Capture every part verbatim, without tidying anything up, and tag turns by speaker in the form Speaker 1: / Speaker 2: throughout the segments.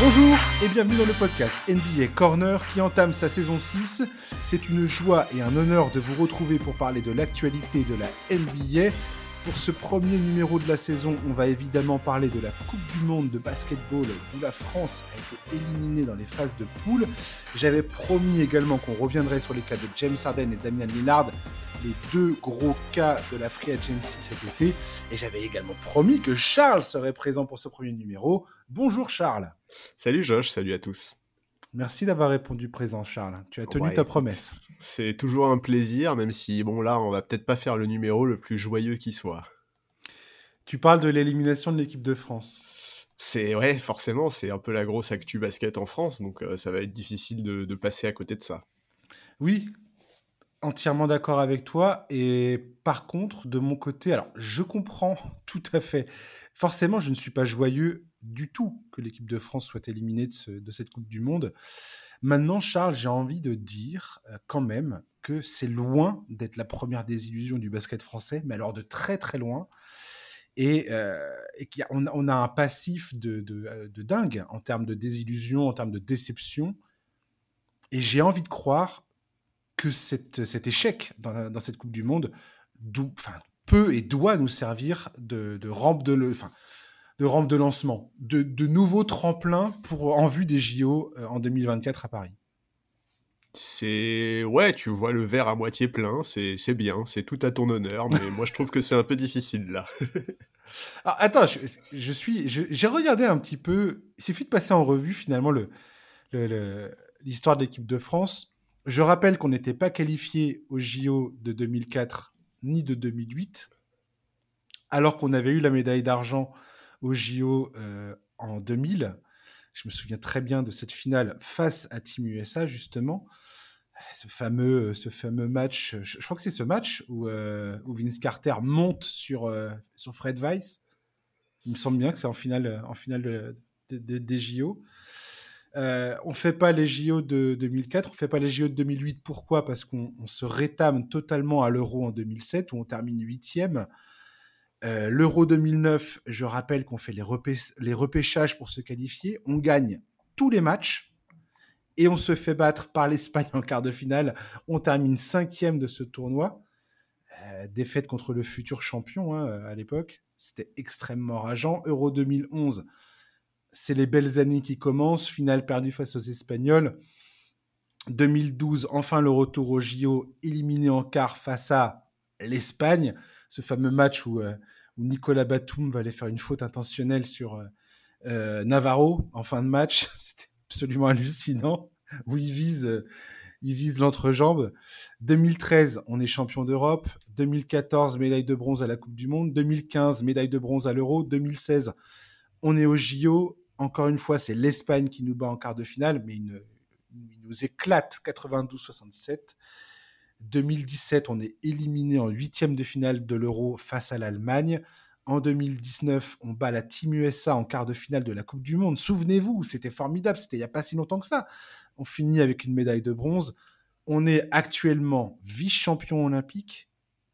Speaker 1: Bonjour et bienvenue dans le podcast N B A Corner qui entame sa saison six. C'est une joie et un honneur de vous retrouver pour parler de l'actualité de la N B A. Pour ce premier numéro de la saison, on va évidemment parler de la Coupe du Monde de basketball où la France a été éliminée dans les phases de poule. J'avais promis également qu'on reviendrait sur les cas de James Harden et Damian Lillard, les deux gros cas de la Free Agency cet été. Et j'avais également promis que Charles serait présent pour ce premier numéro. Bonjour Charles.
Speaker 2: Salut Josh, salut à tous.
Speaker 1: Merci d'avoir répondu présent Charles. Tu as tenu
Speaker 2: ouais,
Speaker 1: ta
Speaker 2: écoute,
Speaker 1: promesse.
Speaker 2: C'est toujours un plaisir, même si bon là on va peut-être pas faire le numéro le plus joyeux qui soit.
Speaker 1: Tu parles de l'élimination de l'équipe de France.
Speaker 2: C'est ouais, forcément, c'est un peu la grosse actu basket en France, donc euh, ça va être difficile de, de passer à côté de ça.
Speaker 1: Oui, entièrement d'accord avec toi. Et par contre, de mon côté, alors je comprends tout à fait. Forcément, je ne suis pas joyeux du tout que l'équipe de France soit éliminée de, ce, de cette Coupe du Monde. Maintenant, Charles, j'ai envie de dire euh, quand même que c'est loin d'être la première désillusion du basket français, mais alors de très très loin. Et, euh, et qu'on a, on a un passif de, de, de dingue en termes de désillusion, en termes de déception. Et j'ai envie de croire que cette, cet échec dans, la, dans cette Coupe du Monde peut et doit nous servir de, de, rampe, de, le, de rampe de lancement, de, de nouveaux tremplins pour, en vue des J O en deux mille vingt-quatre à Paris.
Speaker 2: C'est... Ouais, tu vois le verre à moitié plein, c'est, c'est bien, c'est tout à ton honneur, mais moi je trouve que c'est un peu difficile là.
Speaker 1: Alors, attends, je, je suis, je, j'ai regardé un petit peu, il suffit de passer en revue finalement le, le, le, l'histoire de l'équipe de France. Je rappelle qu'on n'était pas qualifié aux J O de deux mille quatre ni de deux mille huit, alors qu'on avait eu la médaille d'argent aux J O euh, en deux mille. Je me souviens très bien de cette finale face à Team U S A, justement. Ce fameux, ce fameux match, je, je crois que c'est ce match où, euh, où Vince Carter monte sur, euh, sur Fred Weiss. Il me semble bien que c'est en finale, en finale de, de, de, des J O. Euh, on ne fait pas les J O de deux mille quatre, on ne fait pas les J O de deux mille huit. Pourquoi ? Parce qu'on on se rétame totalement à l'Euro en deux mille sept, où on termine huitième. Euh, L'Euro deux mille neuf, je rappelle qu'on fait les, repê- les repêchages pour se qualifier. On gagne tous les matchs et on se fait battre par l'Espagne en quart de finale. On termine cinquième de ce tournoi. Euh, défaite contre le futur champion hein, à l'époque. C'était extrêmement rageant. Euro deux mille onze, c'est les belles années qui commencent. Finale perdue face aux Espagnols. deux mille douze, enfin le retour au J O, éliminé en quart face à l'Espagne. Ce fameux match où, euh, où Nicolas Batum va aller faire une faute intentionnelle sur euh, euh, Navarro en fin de match. C'était absolument hallucinant. Où il vise, euh, il vise l'entrejambe. deux mille treize, on est champion d'Europe. deux mille quatorze, médaille de bronze à la Coupe du Monde. deux mille quinze, médaille de bronze à l'Euro. deux mille seize, on est au J O. Encore une fois, c'est l'Espagne qui nous bat en quart de finale, mais une, il nous éclate quatre-vingt-douze soixante-sept. deux mille dix-sept, on est éliminé en huitième de finale de l'Euro face à l'Allemagne. En deux mille dix-neuf, on bat la Team U S A en quart de finale de la Coupe du Monde. Souvenez-vous, c'était formidable, c'était il n'y a pas si longtemps que ça. On finit avec une médaille de bronze. On est actuellement vice-champion olympique.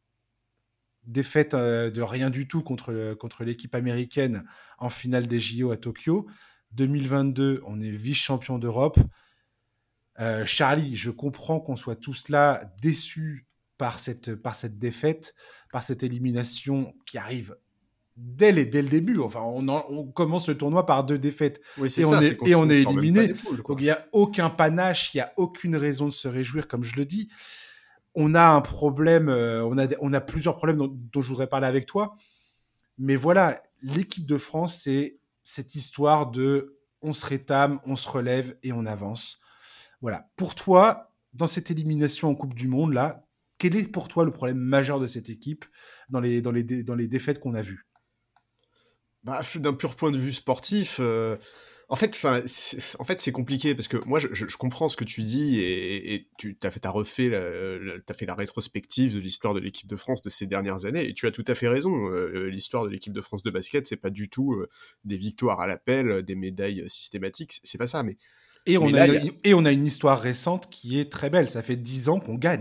Speaker 1: Défaite euh, de rien du tout contre, le, contre l'équipe américaine en finale des J O à Tokyo. deux mille vingt-deux, on est vice-champion d'Europe. Euh, Charlie, je comprends qu'on soit tous là déçus par cette, par cette défaite, par cette élimination qui arrive dès, les, dès le début. Enfin, on, en, on commence le tournoi par deux défaites
Speaker 2: Oui, c'est
Speaker 1: et,
Speaker 2: ça,
Speaker 1: on
Speaker 2: c'est
Speaker 1: est,
Speaker 2: qu'on
Speaker 1: et on
Speaker 2: on
Speaker 1: est
Speaker 2: sort même pas
Speaker 1: éliminé.
Speaker 2: des poules, quoi.
Speaker 1: Donc, il n'y a aucun panache, il n'y a aucune raison de se réjouir, comme je le dis. On a un problème, euh, on, a, on a plusieurs problèmes dont, dont je voudrais parler avec toi. Mais voilà, l'équipe de France, c'est cette histoire de on se rétame, on se relève et on avance. Voilà. Pour toi, dans cette élimination en Coupe du Monde, là, quel est pour toi le problème majeur de cette équipe dans les, dans les, dé- dans les défaites qu'on a vues ?
Speaker 2: Bah, d'un pur point de vue sportif, euh, en fait, enfin, en fait, c'est compliqué parce que moi, je, je, je comprends ce que tu dis et, et tu t'as fait, t'as refait, la, la, t'as fait la rétrospective de l'histoire de l'équipe de France de ces dernières années et tu as tout à fait raison. Euh, l'histoire de l'équipe de France de basket, c'est pas du tout euh, des victoires à l'appel, des médailles systématiques, c'est pas ça. Mais
Speaker 1: et on,
Speaker 2: mais
Speaker 1: a
Speaker 2: là, il y a
Speaker 1: une, et on a une histoire récente qui est très belle. Ça fait dix ans qu'on gagne.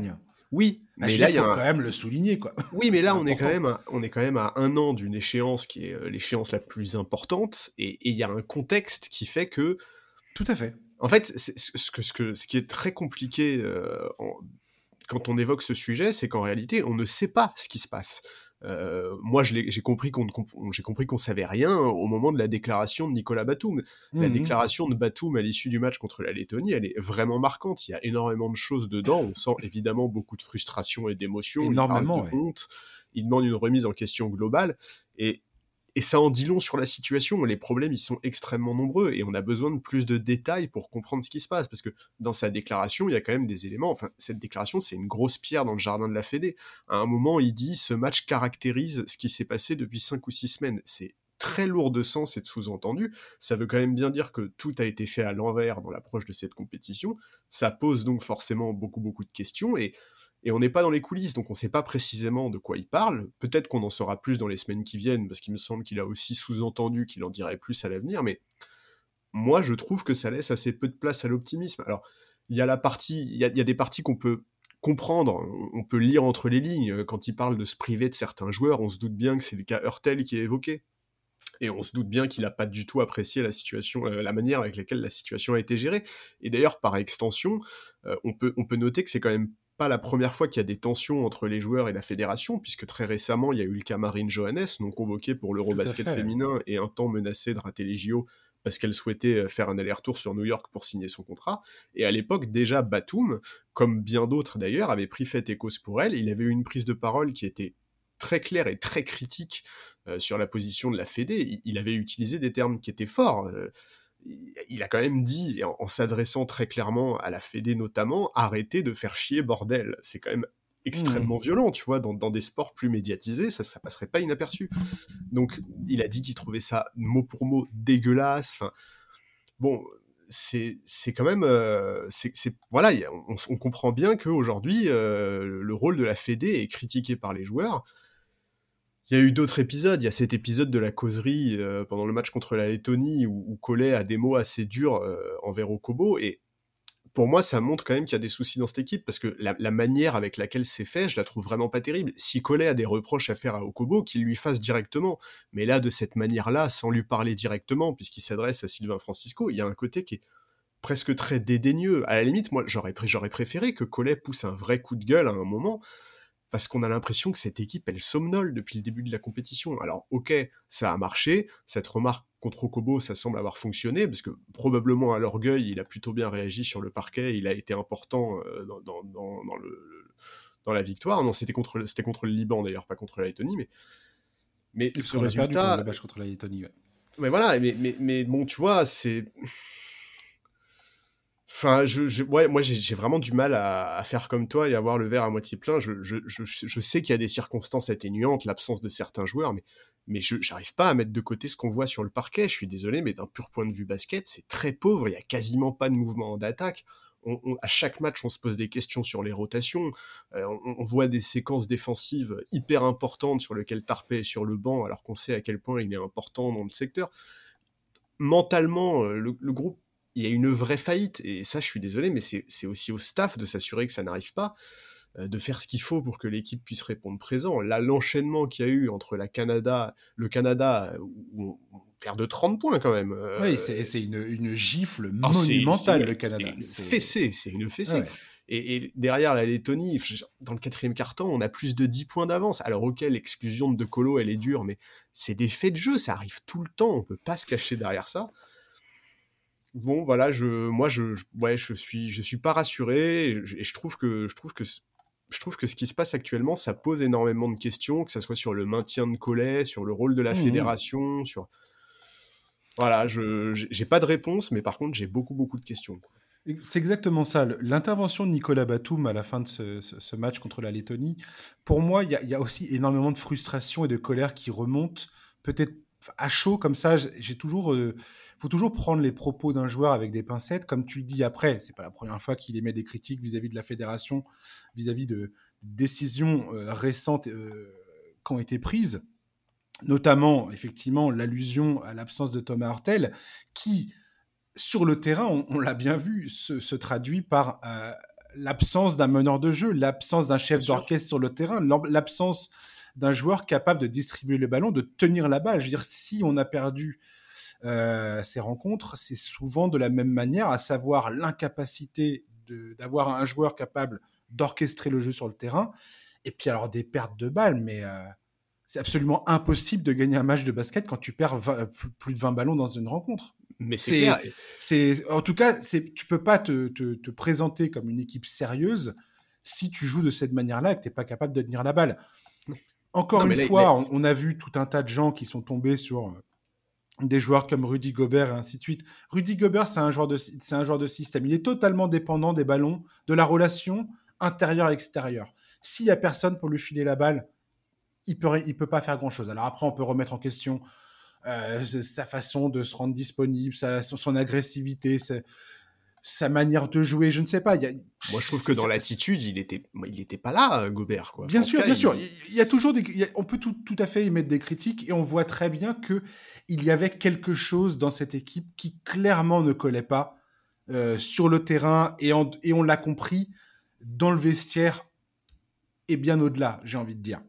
Speaker 2: Oui,
Speaker 1: Bah,
Speaker 2: mais
Speaker 1: je veux
Speaker 2: là,
Speaker 1: dire,
Speaker 2: il y a
Speaker 1: faut
Speaker 2: un...
Speaker 1: quand même le souligner, quoi.
Speaker 2: Oui, mais
Speaker 1: C'est
Speaker 2: là, on est quand
Speaker 1: important.
Speaker 2: même à, on est quand même à un an d'une échéance qui est euh, l'échéance la plus importante, et et il y a un contexte qui fait que,
Speaker 1: Tout à fait.
Speaker 2: en fait, c'est- ce, ce que, ce, que, ce qui est très compliqué euh, en- quand on évoque ce sujet, c'est qu'en réalité, on ne sait pas ce qui se passe. Euh, moi, je l'ai- j'ai compris qu'on ne comp- j'ai compris qu'on savait rien au moment de la déclaration de Nicolas Batum. La
Speaker 1: Mhm.
Speaker 2: déclaration de Batum à l'issue du match contre la Lettonie, elle est vraiment marquante. Il y a énormément de choses dedans. On sent évidemment beaucoup de frustration et d'émotion. Il parle
Speaker 1: Énormément,
Speaker 2: de
Speaker 1: ouais.
Speaker 2: honte. Il demande une remise en question globale. Et et ça en dit long sur la situation. Les problèmes, ils sont extrêmement nombreux et on a besoin de plus de détails pour comprendre ce qui se passe. Parce que dans sa déclaration, il y a quand même des éléments. Enfin, cette déclaration, c'est une grosse pierre dans le jardin de la Fédé. À un moment, il dit ce match caractérise ce qui s'est passé depuis cinq ou six semaines. C'est très lourd de sens et de sous-entendu. Ça veut quand même bien dire que tout a été fait à l'envers dans l'approche de cette compétition. Ça pose donc forcément beaucoup, beaucoup de questions. Et et on n'est pas dans les coulisses, donc on ne sait pas précisément de quoi il parle. Peut-être qu'on en saura plus dans les semaines qui viennent, parce qu'il me semble qu'il a aussi sous-entendu qu'il en dirait plus à l'avenir, mais moi je trouve que ça laisse assez peu de place à l'optimisme. Alors, il y a la partie, il y a, il y a des parties qu'on peut comprendre, on on peut lire entre les lignes. Quand il parle de se priver de certains joueurs, on se doute bien que c'est le cas Hurtel qui est évoqué. Et on se doute bien qu'il n'a pas du tout apprécié la situation, euh, la manière avec laquelle la situation a été gérée. Et d'ailleurs, par extension, euh, on, peut, on peut noter que c'est quand même pas la première fois qu'il y a des tensions entre les joueurs et la fédération, puisque très récemment, il y a eu le cas Marine Johannes, non convoquée pour
Speaker 1: Tout à
Speaker 2: l'Eurobasket
Speaker 1: fait.
Speaker 2: féminin et un temps menacée de rater les J O parce qu'elle souhaitait euh, faire un aller-retour sur New York pour signer son contrat. Et à l'époque, déjà, Batum, comme bien d'autres d'ailleurs, avait pris fait et cause pour elle. Il avait eu une prise de parole qui était très claire et très critique euh, sur la position de la Fédé. Il, il avait utilisé des termes qui étaient forts. Euh, il a quand même dit, en, en s'adressant très clairement à la Fédé notamment, arrêtez de faire chier, bordel. C'est quand même
Speaker 1: Mhm.
Speaker 2: extrêmement violent, tu vois, dans, dans des sports plus médiatisés, ça, ça passerait pas inaperçu. Donc, il a dit qu'il trouvait ça mot pour mot dégueulasse. Enfin, bon, c'est, c'est quand même, euh, c'est, c'est, voilà, y a- on, on comprend bien qu'aujourd'hui, euh, le rôle de la Fédé est critiqué par les joueurs. Il y a eu d'autres épisodes. Il y a cet épisode de la causerie euh, pendant le match contre la Lettonie où, où Collet a des mots assez durs euh, envers Okobo. Et pour moi, ça montre quand même qu'il y a des soucis dans cette équipe parce que la, la manière avec laquelle c'est fait, je la trouve vraiment pas terrible. Si Collet a des reproches à faire à Okobo, qu'il lui fasse directement. Mais là, de cette manière-là, sans lui parler directement, puisqu'il s'adresse à Sylvain Francisco, il y a un côté qui est presque très dédaigneux. À la limite, moi, j'aurais, pré- j'aurais préféré que Collet pousse un vrai coup de gueule à un moment, parce qu'on a l'impression que cette équipe, elle somnole depuis le début de la compétition. Alors, ok, ça a marché, cette remarque contre Okobo, ça semble avoir fonctionné, parce que probablement à l'orgueil, il a plutôt bien réagi sur le parquet, il a été important euh, dans, dans, dans, dans le, le- dans la victoire. Non, c'était contre, c'était contre le Liban d'ailleurs, pas contre la Lettonie, mais, mais
Speaker 1: Et parce
Speaker 2: ce
Speaker 1: qu'on a perdu contre
Speaker 2: résultat,
Speaker 1: le match contre la Lettonie, ouais.
Speaker 2: mais voilà, mais, mais, mais bon, tu vois, c'est... Enfin, je, je- ouais, moi j'ai j'ai vraiment du mal à, à faire comme toi et à voir le verre à moitié plein. Je, je, je, je sais qu'il y a des circonstances atténuantes, l'absence de certains joueurs, mais, mais je j'arrive pas à mettre de côté ce qu'on voit sur le parquet. Je suis désolé, mais d'un pur point de vue basket, c'est très pauvre. Il y a quasiment pas de mouvement d'attaque. On, on- à chaque match, on se pose des questions sur les rotations. Euh, on, on voit des séquences défensives hyper importantes sur lesquelles Tarpey est sur le banc, alors qu'on sait à quel point il est important dans le secteur. Mentalement, euh, le, le groupe, il y a une vraie faillite. Et ça, je suis désolé, mais c'est c'est aussi au staff de s'assurer que ça n'arrive pas, euh, de faire ce qu'il faut pour que l'équipe puisse répondre présent. Là, l'enchaînement qu'il y a eu entre la Canada, le Canada, euh, où on, on perd de trente points quand même.
Speaker 1: Oui,
Speaker 2: Euh,
Speaker 1: c'est c'est une, une gifle
Speaker 2: oh, c'est c'est-
Speaker 1: monumentale,
Speaker 2: ouais,
Speaker 1: le
Speaker 2: c'est
Speaker 1: Canada.
Speaker 2: une
Speaker 1: C'est...
Speaker 2: fessée, c'est une
Speaker 1: Ah
Speaker 2: fessée.
Speaker 1: ouais.
Speaker 2: Et, et derrière la Lettonie, dans le quatrième quart-temps, on a plus de dix points d'avance. Alors ok, l'exclusion de De Colo, elle est dure, mais c'est des faits de jeu, ça arrive tout le temps, on peut pas se cacher derrière ça. Bon, voilà, je, moi, je, je- ouais, je suis, je suis pas rassuré, et je, et je trouve que, je trouve que, c- je trouve que ce qui se passe actuellement, ça pose énormément de questions, que ça soit sur le maintien de Collet, sur le rôle de la
Speaker 1: Mhm.
Speaker 2: fédération, sur, voilà, je, j'ai j'ai pas de réponse, mais par contre, j'ai beaucoup, beaucoup de questions, quoi.
Speaker 1: C'est exactement ça. Le- L'intervention de Nicolas Batum à la fin de ce, ce- ce match contre la Lettonie, pour moi, il y, a il y a aussi énormément de frustration et de colère qui remontent, peut-être à chaud comme ça. J'ai j'ai toujours, euh, faut toujours prendre les propos d'un joueur avec des pincettes, comme tu le dis après. C'est pas la première fois qu'il émet des critiques vis-à-vis de la fédération, vis-à-vis de décisions euh, récentes euh, qui ont été prises, notamment effectivement l'allusion à l'absence de Thomas Hurtel, qui sur le terrain, on, on l'a bien vu, se, se traduit par euh, l'absence d'un meneur de jeu, l'absence d'un chef
Speaker 2: Bien sûr.
Speaker 1: d'orchestre sur le terrain, l'absence d'un joueur capable de distribuer le ballon, de tenir la balle. Je veux dire, si on a perdu euh, ces rencontres, c'est souvent de la même manière, à savoir l'incapacité de, d'avoir un joueur capable d'orchestrer le jeu sur le terrain, et puis alors des pertes de balles, mais euh, c'est absolument impossible de gagner un match de basket quand tu perds vingt, plus de vingt ballons dans une rencontre.
Speaker 2: Mais c'est,
Speaker 1: C'est,
Speaker 2: clair.
Speaker 1: c'est, en tout cas, c'est, tu peux pas te, te, te présenter comme une équipe sérieuse si tu joues de cette manière-là et que tu n'es pas capable de tenir la balle. Encore
Speaker 2: Non,
Speaker 1: une
Speaker 2: mais là,
Speaker 1: fois,
Speaker 2: là...
Speaker 1: On, on a vu tout un tas de gens qui sont tombés sur des joueurs comme Rudy Gobert et ainsi de suite. Rudy Gobert, c'est un joueur de, c'est un joueur de système. Il est totalement dépendant des ballons, de la relation intérieure-extérieure. S'il y a personne pour lui filer la balle, il peut, il peut pas faire grand-chose. Alors après, on peut remettre en question euh, sa façon de se rendre disponible, sa, son agressivité, sa, sa manière de jouer, je ne sais pas. Il y a,
Speaker 2: Moi, je trouve que dans l'attitude, il était, il était pas là, Gobert, quoi.
Speaker 1: Bien
Speaker 2: Enfin,
Speaker 1: sûr,
Speaker 2: cas,
Speaker 1: bien
Speaker 2: il...
Speaker 1: sûr. Il y a toujours des, il y a, on peut tout, tout à fait y mettre des critiques et on voit très bien que il y avait quelque chose dans cette équipe qui clairement ne collait pas euh, sur le terrain et, en, et on l'a compris dans le vestiaire et bien au-delà, j'ai envie de dire.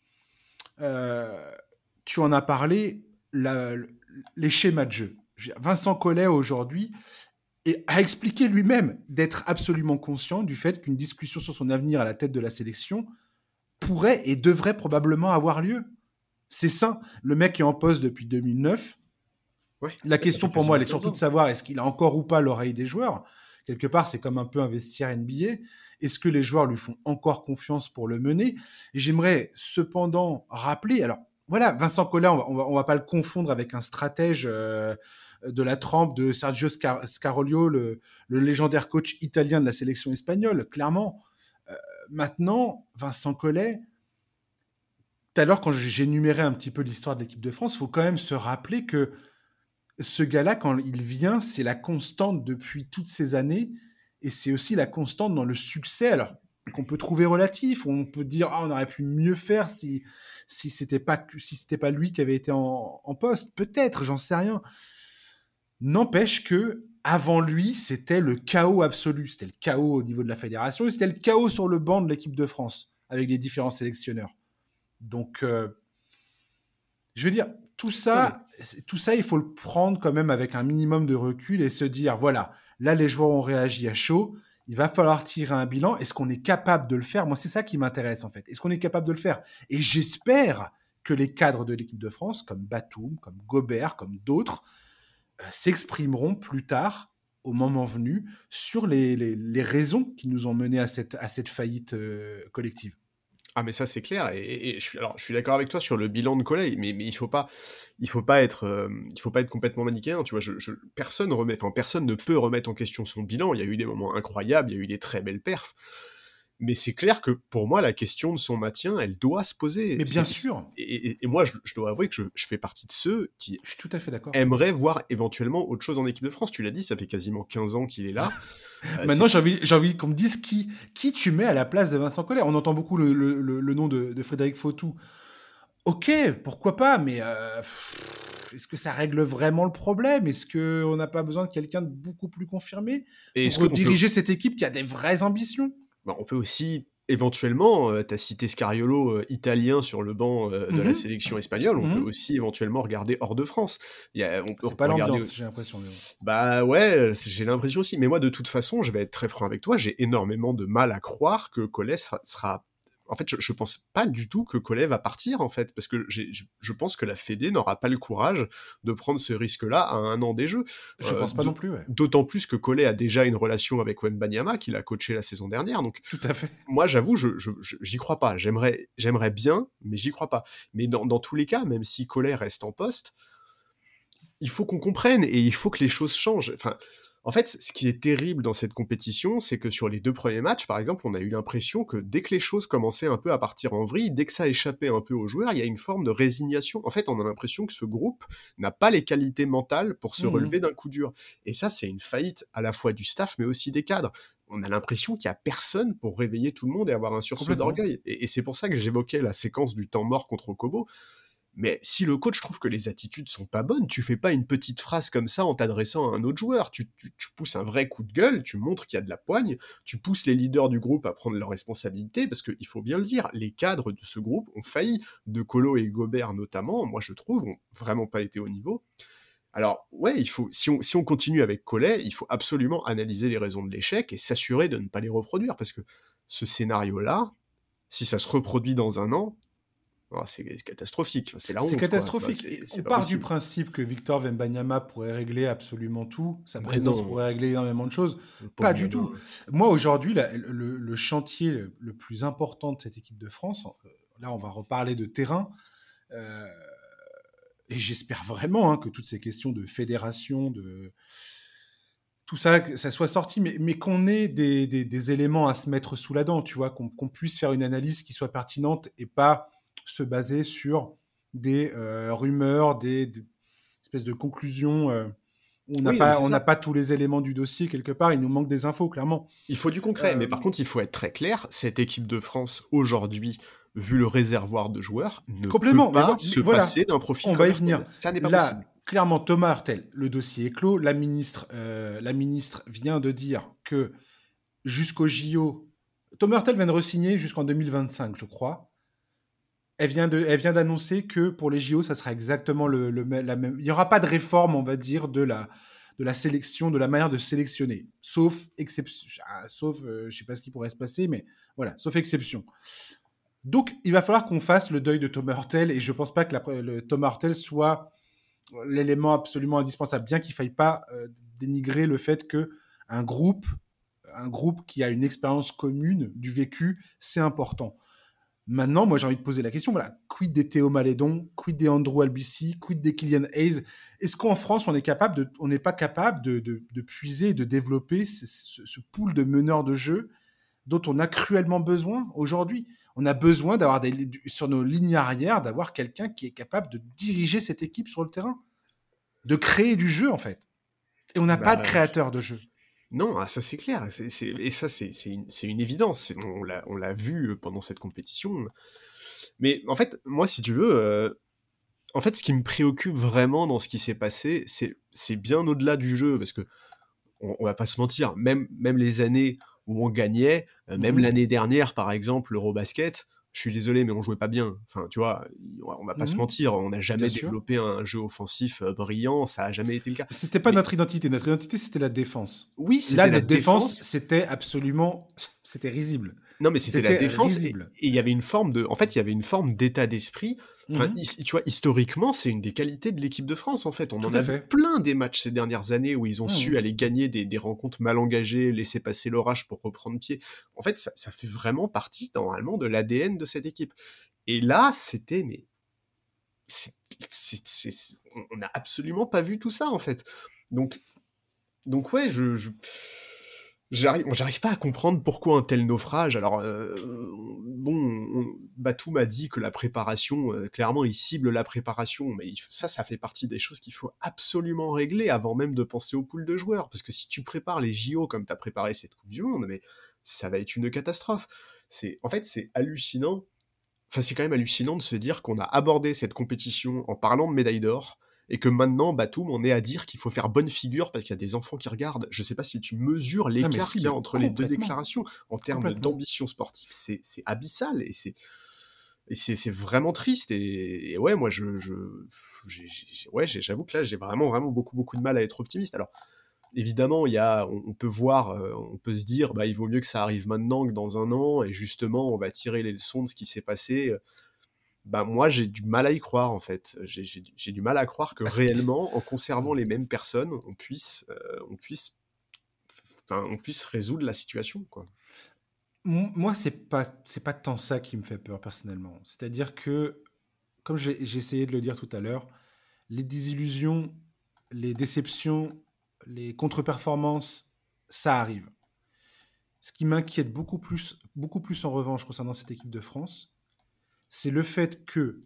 Speaker 1: Euh, tu en as parlé, la, les schémas de jeu. Vincent Collet aujourd'hui et a expliqué lui-même d'être absolument conscient du fait qu'une discussion sur son avenir à la tête de la sélection pourrait et devrait probablement avoir lieu. C'est ça. Le mec est en poste depuis deux mille neuf.
Speaker 2: Ouais,
Speaker 1: la
Speaker 2: ouais,
Speaker 1: question pour moi, elle est surtout de savoir est-ce qu'il a encore ou pas l'oreille des joueurs. Quelque part, c'est comme un peu un vestiaire N B A. Est-ce que les joueurs lui font encore confiance pour le mener? Et j'aimerais cependant rappeler, alors voilà, Vincent Collet, on va, on va, on va pas le confondre avec un stratège euh, de la trempe de Sergio Scar- Scarolio, le, le légendaire coach italien de la sélection espagnole, clairement. Euh, maintenant, Vincent Collet, tout à l'heure, quand j'énumérais un petit peu l'histoire de l'équipe de France, il faut quand même se rappeler que ce gars-là, quand il vient, c'est la constante depuis toutes ces années, et c'est aussi la constante dans le succès, alors qu'on peut trouver relatif, on peut dire ah on aurait pu mieux faire si si c'était pas si c'était pas lui qui avait été en, en poste, peut-être, j'en sais rien. N'empêche que avant lui, c'était le chaos absolu, c'était le chaos au niveau de la fédération, et c'était le chaos sur le banc de l'équipe de France avec les différents sélectionneurs. Donc euh, je veux dire, tout ça, mais... tout ça, il faut le prendre quand même avec un minimum de recul et se dire, voilà, là, les joueurs ont réagi à chaud, il va falloir tirer un bilan. Est-ce qu'on est capable de le faire? Moi, c'est ça qui m'intéresse, en fait. Est-ce qu'on est capable de le faire? Et j'espère que les cadres de l'équipe de France, comme Batum, comme Gobert, comme d'autres, euh, s'exprimeront plus tard, au moment venu, sur les, les, les raisons qui nous ont menés à cette, à cette faillite euh, collective.
Speaker 2: Ah mais ça c'est clair et, et, et je suis alors je suis d'accord avec toi sur le bilan de Collet, mais mais il faut pas il faut pas être euh, il faut pas être complètement manichéen, tu vois. Je, je, personne remet enfin personne ne peut remettre en question son bilan. Il y a eu des moments incroyables, il y a eu des très belles perfs. Mais c'est clair que pour moi, la question de son maintien, elle doit se poser.
Speaker 1: Mais bien
Speaker 2: c'est,
Speaker 1: sûr.
Speaker 2: Et, et, et moi, je, je dois avouer que je, je fais partie de ceux qui
Speaker 1: je suis tout à fait d'accord.
Speaker 2: aimeraient voir éventuellement autre chose en équipe de France. Tu l'as dit, ça fait quasiment quinze ans qu'il est là.
Speaker 1: Euh, Maintenant, j'ai envie, j'ai envie qu'on me dise qui, qui tu mets à la place de Vincent Collet. On entend beaucoup le, le, le, le nom de, de Frédéric Fautou. Ok, pourquoi pas, mais euh, est-ce que ça règle vraiment le problème? Est-ce qu'on n'a pas besoin de quelqu'un de beaucoup plus confirmé
Speaker 2: Et
Speaker 1: pour diriger
Speaker 2: peut...
Speaker 1: cette équipe qui a des vraies ambitions?
Speaker 2: Bah, on peut aussi, éventuellement, euh, tu as cité Scariolo, euh, italien, sur le banc euh, de mm-hmm. la sélection espagnole, on mm-hmm. peut aussi éventuellement regarder hors de France. Il y a, on peut
Speaker 1: c'est pas
Speaker 2: regarder...
Speaker 1: l'ambiance, j'ai l'impression. Mais...
Speaker 2: Bah ouais, j'ai l'impression aussi. Mais moi, de toute façon, je vais être très franc avec toi, j'ai énormément de mal à croire que Collet sera... sera... En fait, je, je pense pas du tout que Collet va partir, en fait, parce que j'ai, je, je pense que la Fédé n'aura pas le courage de prendre ce risque-là à un an des Jeux.
Speaker 1: Je euh, pense pas d- non plus, ouais.
Speaker 2: D'autant plus que Collet a déjà une relation avec Wembanyama, qu'il a coaché la saison dernière, donc...
Speaker 1: Tout à fait.
Speaker 2: Moi, j'avoue, je, je, je, j'y crois pas. J'aimerais, j'aimerais bien, mais j'y crois pas. Mais dans, dans tous les cas, même si Collet reste en poste, il faut qu'on comprenne et il faut que les choses changent. Enfin... En fait, ce qui est terrible dans cette compétition, c'est que sur les deux premiers matchs, par exemple, on a eu l'impression que dès que les choses commençaient un peu à partir en vrille, dès que ça échappait un peu aux joueurs, il y a une forme de résignation. En fait, on a l'impression que ce groupe n'a pas les qualités mentales pour se mmh. relever d'un coup dur. Et ça, c'est une faillite à la fois du staff, mais aussi des cadres. On a l'impression qu'il n'y a personne pour réveiller tout le monde et avoir un sursaut d'orgueil. Et, et c'est pour ça que j'évoquais la séquence du temps mort contre Kobo. Mais si le coach trouve que les attitudes sont pas bonnes, tu fais pas une petite phrase comme ça en t'adressant à un autre joueur. Tu, tu, tu pousses un vrai coup de gueule, tu montres qu'il y a de la poigne, tu pousses les leaders du groupe à prendre leurs responsabilités, parce qu'il faut bien le dire, les cadres de ce groupe ont failli, De Colo et Gobert notamment, moi je trouve, ont vraiment pas été au niveau. Alors, ouais, il faut, si on, si on continue avec Collet, il faut absolument analyser les raisons de l'échec et s'assurer de ne pas les reproduire, parce que ce scénario-là, si ça se reproduit dans un an, oh, c'est catastrophique, c'est la
Speaker 1: C'est
Speaker 2: honte, quoi. Enfin,
Speaker 1: catastrophique.
Speaker 2: c'est,
Speaker 1: Et on
Speaker 2: c'est pas
Speaker 1: part du
Speaker 2: possible.
Speaker 1: principe que Victor Wembanyama pourrait régler absolument tout, sa
Speaker 2: Mais
Speaker 1: présence
Speaker 2: non,
Speaker 1: pourrait régler énormément de choses.
Speaker 2: le
Speaker 1: Pas
Speaker 2: pauvre
Speaker 1: du tout.
Speaker 2: gamin.
Speaker 1: Moi, aujourd'hui, la- le, le chantier le, le plus important de cette équipe de France, euh, là, on va reparler de terrain, euh, et j'espère vraiment hein, que toutes ces questions de fédération, de tout ça, que ça soit sorti, mais, mais qu'on ait des, des, des éléments à se mettre sous la dent, tu vois, qu'on qu'on puisse faire une analyse qui soit pertinente et pas se baser sur des euh, rumeurs, des, des espèces de conclusions. Euh, on n'a
Speaker 2: Oui, non, mais
Speaker 1: pas,
Speaker 2: c'est
Speaker 1: on n'a
Speaker 2: ça.
Speaker 1: pas tous les éléments du dossier quelque part. Il nous manque des infos, clairement.
Speaker 2: Il faut du concret,
Speaker 1: Euh,
Speaker 2: mais par contre, il faut être très clair, cette équipe de France, aujourd'hui, vu le réservoir de joueurs, ne peut
Speaker 1: Complément, mais,
Speaker 2: pas
Speaker 1: vo- mais
Speaker 2: se passer
Speaker 1: voilà,
Speaker 2: d'un profil
Speaker 1: on va y venir.
Speaker 2: Commertel. Ça n'est pas
Speaker 1: Là,
Speaker 2: possible.
Speaker 1: clairement, Thomas Hurtel, le dossier est clos. La ministre, euh, la ministre vient de dire que jusqu'au J O, Thomas Hurtel vient de re-signer jusqu'en deux mille vingt-cinq, je crois. Elle vient, de, elle vient d'annoncer que pour les J O, ça sera exactement le, le, la même. Il n'y aura pas de réforme, on va dire, de la, de la sélection, de la manière de sélectionner. Sauf exception. Ah, sauf, euh, je ne sais pas ce qui pourrait se passer, mais voilà, sauf exception. Donc, il va falloir qu'on fasse le deuil de Thomas Hurtel, et je ne pense pas que la, le Thomas Hurtel soit l'élément absolument indispensable, bien qu'il ne faille pas euh, dénigrer le fait qu'un groupe, un groupe qui a une expérience commune du vécu, c'est important. Maintenant, moi, j'ai envie de poser la question, voilà, quid des Théo Malédon, quid des Andrew Albici, quid des Kylian Hayes? Est-ce qu'en France, on est capable de, on n'est pas capable de, de, de puiser, de développer ce, ce, ce pool de meneurs de jeu dont on a cruellement besoin aujourd'hui? On a besoin d'avoir des, sur nos lignes arrière, d'avoir quelqu'un qui est capable de diriger cette équipe sur le terrain, de créer du jeu, en fait. Et on n'a pas de
Speaker 2: Bah,
Speaker 1: créateur de jeu.
Speaker 2: non, ah, ça c'est clair, c'est, c'est, et ça c'est, c'est, une, c'est une évidence, c'est, on, l'a, on l'a vu euh, pendant cette compétition. Mais en fait, moi si tu veux, euh, en fait ce qui me préoccupe vraiment dans ce qui s'est passé, c'est, c'est bien au-delà du jeu, parce que on, on va pas se mentir, même, même les années où on gagnait, euh, même
Speaker 1: Mm-hmm.
Speaker 2: l'année dernière par exemple, l'Eurobasket, je suis désolé, mais on jouait pas bien. Enfin, tu vois, on va pas se
Speaker 1: Mm-hmm.
Speaker 2: mentir, on n'a
Speaker 1: Bien
Speaker 2: jamais
Speaker 1: sûr.
Speaker 2: développé un jeu offensif euh, brillant, ça a jamais été le cas.
Speaker 1: C'était pas
Speaker 2: Mais
Speaker 1: notre identité. Notre identité, c'était la défense.
Speaker 2: oui,
Speaker 1: Là,
Speaker 2: c'était la
Speaker 1: notre défense,
Speaker 2: défense.
Speaker 1: c'était absolument, c'était risible.
Speaker 2: Non, mais c'était la
Speaker 1: C'était
Speaker 2: défense et
Speaker 1: risible.
Speaker 2: et il y avait une forme de, en fait, il y avait une forme d'état d'esprit. Enfin,
Speaker 1: Mhm.
Speaker 2: his- tu vois, historiquement, c'est une des qualités de l'équipe de France, en fait. On
Speaker 1: Tout
Speaker 2: en
Speaker 1: à
Speaker 2: a vu
Speaker 1: fait.
Speaker 2: plein des matchs ces dernières années où ils ont su
Speaker 1: Mhm.
Speaker 2: aller gagner des, des rencontres mal engagées, laisser passer l'orage pour reprendre pied. En fait, ça, ça fait vraiment partie, normalement, de l'A D N de cette équipe. Et là, c'était, mais, c'est, c'est- c'est- on n'a absolument pas vu tout ça, en fait. Donc, donc ouais, je, je- J'arrive, bon, j'arrive pas à comprendre pourquoi un tel naufrage. Alors, euh, bon, on- Batum a dit que la préparation, euh, clairement, il cible la préparation, mais il- ça, ça fait partie des choses qu'il faut absolument régler avant même de penser au pool de joueurs. Parce que si tu prépares les J O comme tu as préparé cette Coupe du Monde, mais ça va être une catastrophe. C'est, en fait, c'est hallucinant. Enfin, c'est quand même hallucinant de se dire qu'on a abordé cette compétition en parlant de médaille d'or, et que maintenant, Batum, on est à dire qu'il faut faire bonne figure parce qu'il y a des enfants qui regardent. Je sais pas si tu mesures
Speaker 1: Ah mais
Speaker 2: l'écart
Speaker 1: si,
Speaker 2: qu'il y a
Speaker 1: mais
Speaker 2: entre les deux
Speaker 1: complètement.
Speaker 2: déclarations. En termes
Speaker 1: Complètement.
Speaker 2: d'ambition sportive, c'est, c'est abyssal, et c'est, et c'est, c'est vraiment triste. Et, et ouais, moi, je, je j'ai, j'ai- ouais, j'ai- j'avoue que là, j'ai vraiment, vraiment beaucoup, beaucoup de mal à être optimiste. Alors, évidemment, il y a, on, on peut voir, euh, on peut se dire, bah, il vaut mieux que ça arrive maintenant que dans un an, et justement, on va tirer les leçons de ce qui s'est passé. Bah, moi, j'ai du mal à y croire, en fait. J'ai, j'ai, j'ai du mal à croire que
Speaker 1: Parce que
Speaker 2: réellement, en conservant les mêmes personnes, on puisse, euh, on puisse, enfin, on puisse résoudre la situation, quoi.
Speaker 1: m- moi, c'est pas, c'est pas tant ça qui me fait peur personnellement. C'est-à-dire que, comme j'ai j'ai essayé de le dire tout à l'heure, les désillusions, les déceptions, les contre-performances, ça arrive. Ce qui m'inquiète beaucoup plus, beaucoup plus en revanche concernant cette équipe de France, c'est le fait que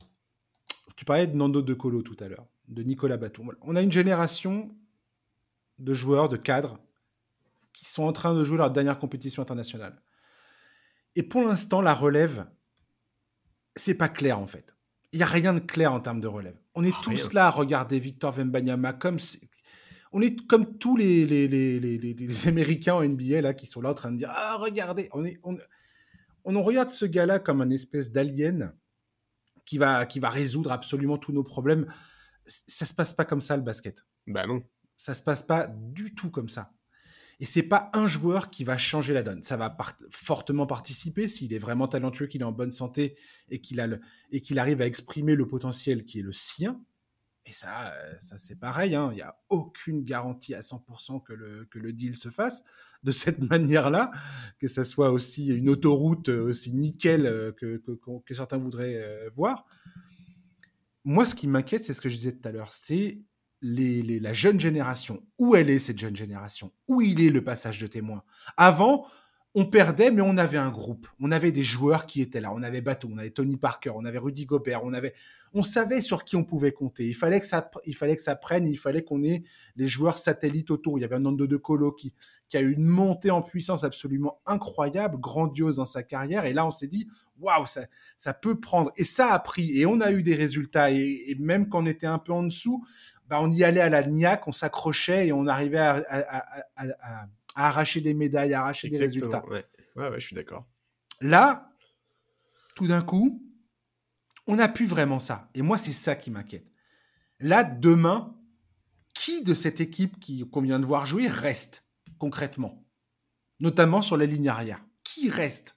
Speaker 1: tu parlais de Nando De Colo tout à l'heure, de Nicolas Batum. Voilà. On a une génération de joueurs, de cadres, qui sont en train de jouer leur dernière compétition internationale. Et pour l'instant, la relève, c'est pas clair en fait. il n'y a rien de clair en termes de relève. On est
Speaker 2: Ah, rien.
Speaker 1: tous là à regarder Victor Wembanyama comme si- on est comme tous les, les, les, les, les- les Américains en N B A là, qui sont là en train de dire ah regardez, on, est, on, on en regarde ce gars-là comme un espèce d'alien qui va, qui va résoudre absolument tous nos problèmes. Ça se passe pas comme ça le basket.
Speaker 2: Bah non.
Speaker 1: Ça se passe pas du tout comme ça. Et c'est pas un joueur qui va changer la donne. Ça va part- fortement participer s'il est vraiment talentueux, qu'il est en bonne santé et qu'il a le, et qu'il arrive à exprimer le potentiel qui est le sien. Et ça, euh, ça c'est pareil. Hein. Il n'y a aucune garantie à cent pour cent que le, que le deal se fasse de cette manière-là, que ça soit aussi une autoroute aussi nickel euh, que, que, que certains voudraient euh, voir. Moi, ce qui m'inquiète, c'est ce que je disais tout à l'heure, c'est les, les, la jeune génération. Où elle est, cette jeune génération? Où il est le passage de témoin? Avant, on perdait, mais on avait un groupe. On avait des joueurs qui étaient là. On avait Batum, on avait Tony Parker, on avait Rudy Gobert, on avait, on savait sur qui on pouvait compter. Il fallait que ça, il fallait que ça prenne, il fallait qu'on ait les joueurs satellites autour. Il y avait un Nando De Colo qui, qui a eu une montée en puissance absolument incroyable, grandiose dans sa carrière. Et là, on s'est dit, waouh, ça, ça peut prendre. Et ça a pris. Et on a eu des résultats. Et, et même quand on était un peu en dessous, bah, on y allait à la niaque, on s'accrochait et on arrivait à, à, à, à, à à arracher des médailles, à arracher des
Speaker 2: Exactement,
Speaker 1: résultats.
Speaker 2: ouais. Ouais, ouais, je suis d'accord.
Speaker 1: Là, tout d'un coup, on n'a plus vraiment ça. Et moi, c'est ça qui m'inquiète. Là, demain, qui de cette équipe qui, qu'on vient de voir jouer reste concrètement? Notamment sur la ligne arrière. Qui reste?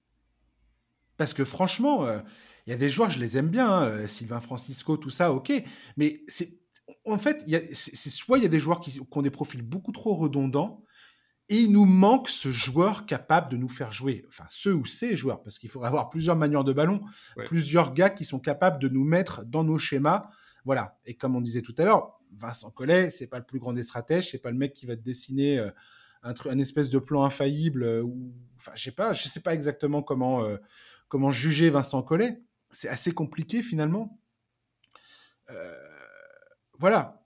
Speaker 1: Parce que franchement, il euh, y a des joueurs, je les aime bien, hein, Sylvain Francisco, tout ça, ok. Mais c'est, en fait, y a, c'est, c'est soit il y a des joueurs qui, qui ont des profils beaucoup trop redondants, et il nous manque ce joueur capable de nous faire jouer. Enfin, ce ou ces joueurs, parce qu'il faudrait avoir plusieurs manières de ballon,
Speaker 2: Ouais.
Speaker 1: plusieurs gars qui sont capables de nous mettre dans nos schémas. Voilà. Et comme on disait tout à l'heure, Vincent Collet, c'est pas le plus grand des stratèges, c'est pas le mec qui va te dessiner euh, un, truc, un espèce de plan infaillible. Euh, ou, enfin, je sais pas, je sais pas exactement comment, euh, comment juger Vincent Collet. C'est assez compliqué finalement. Euh, voilà.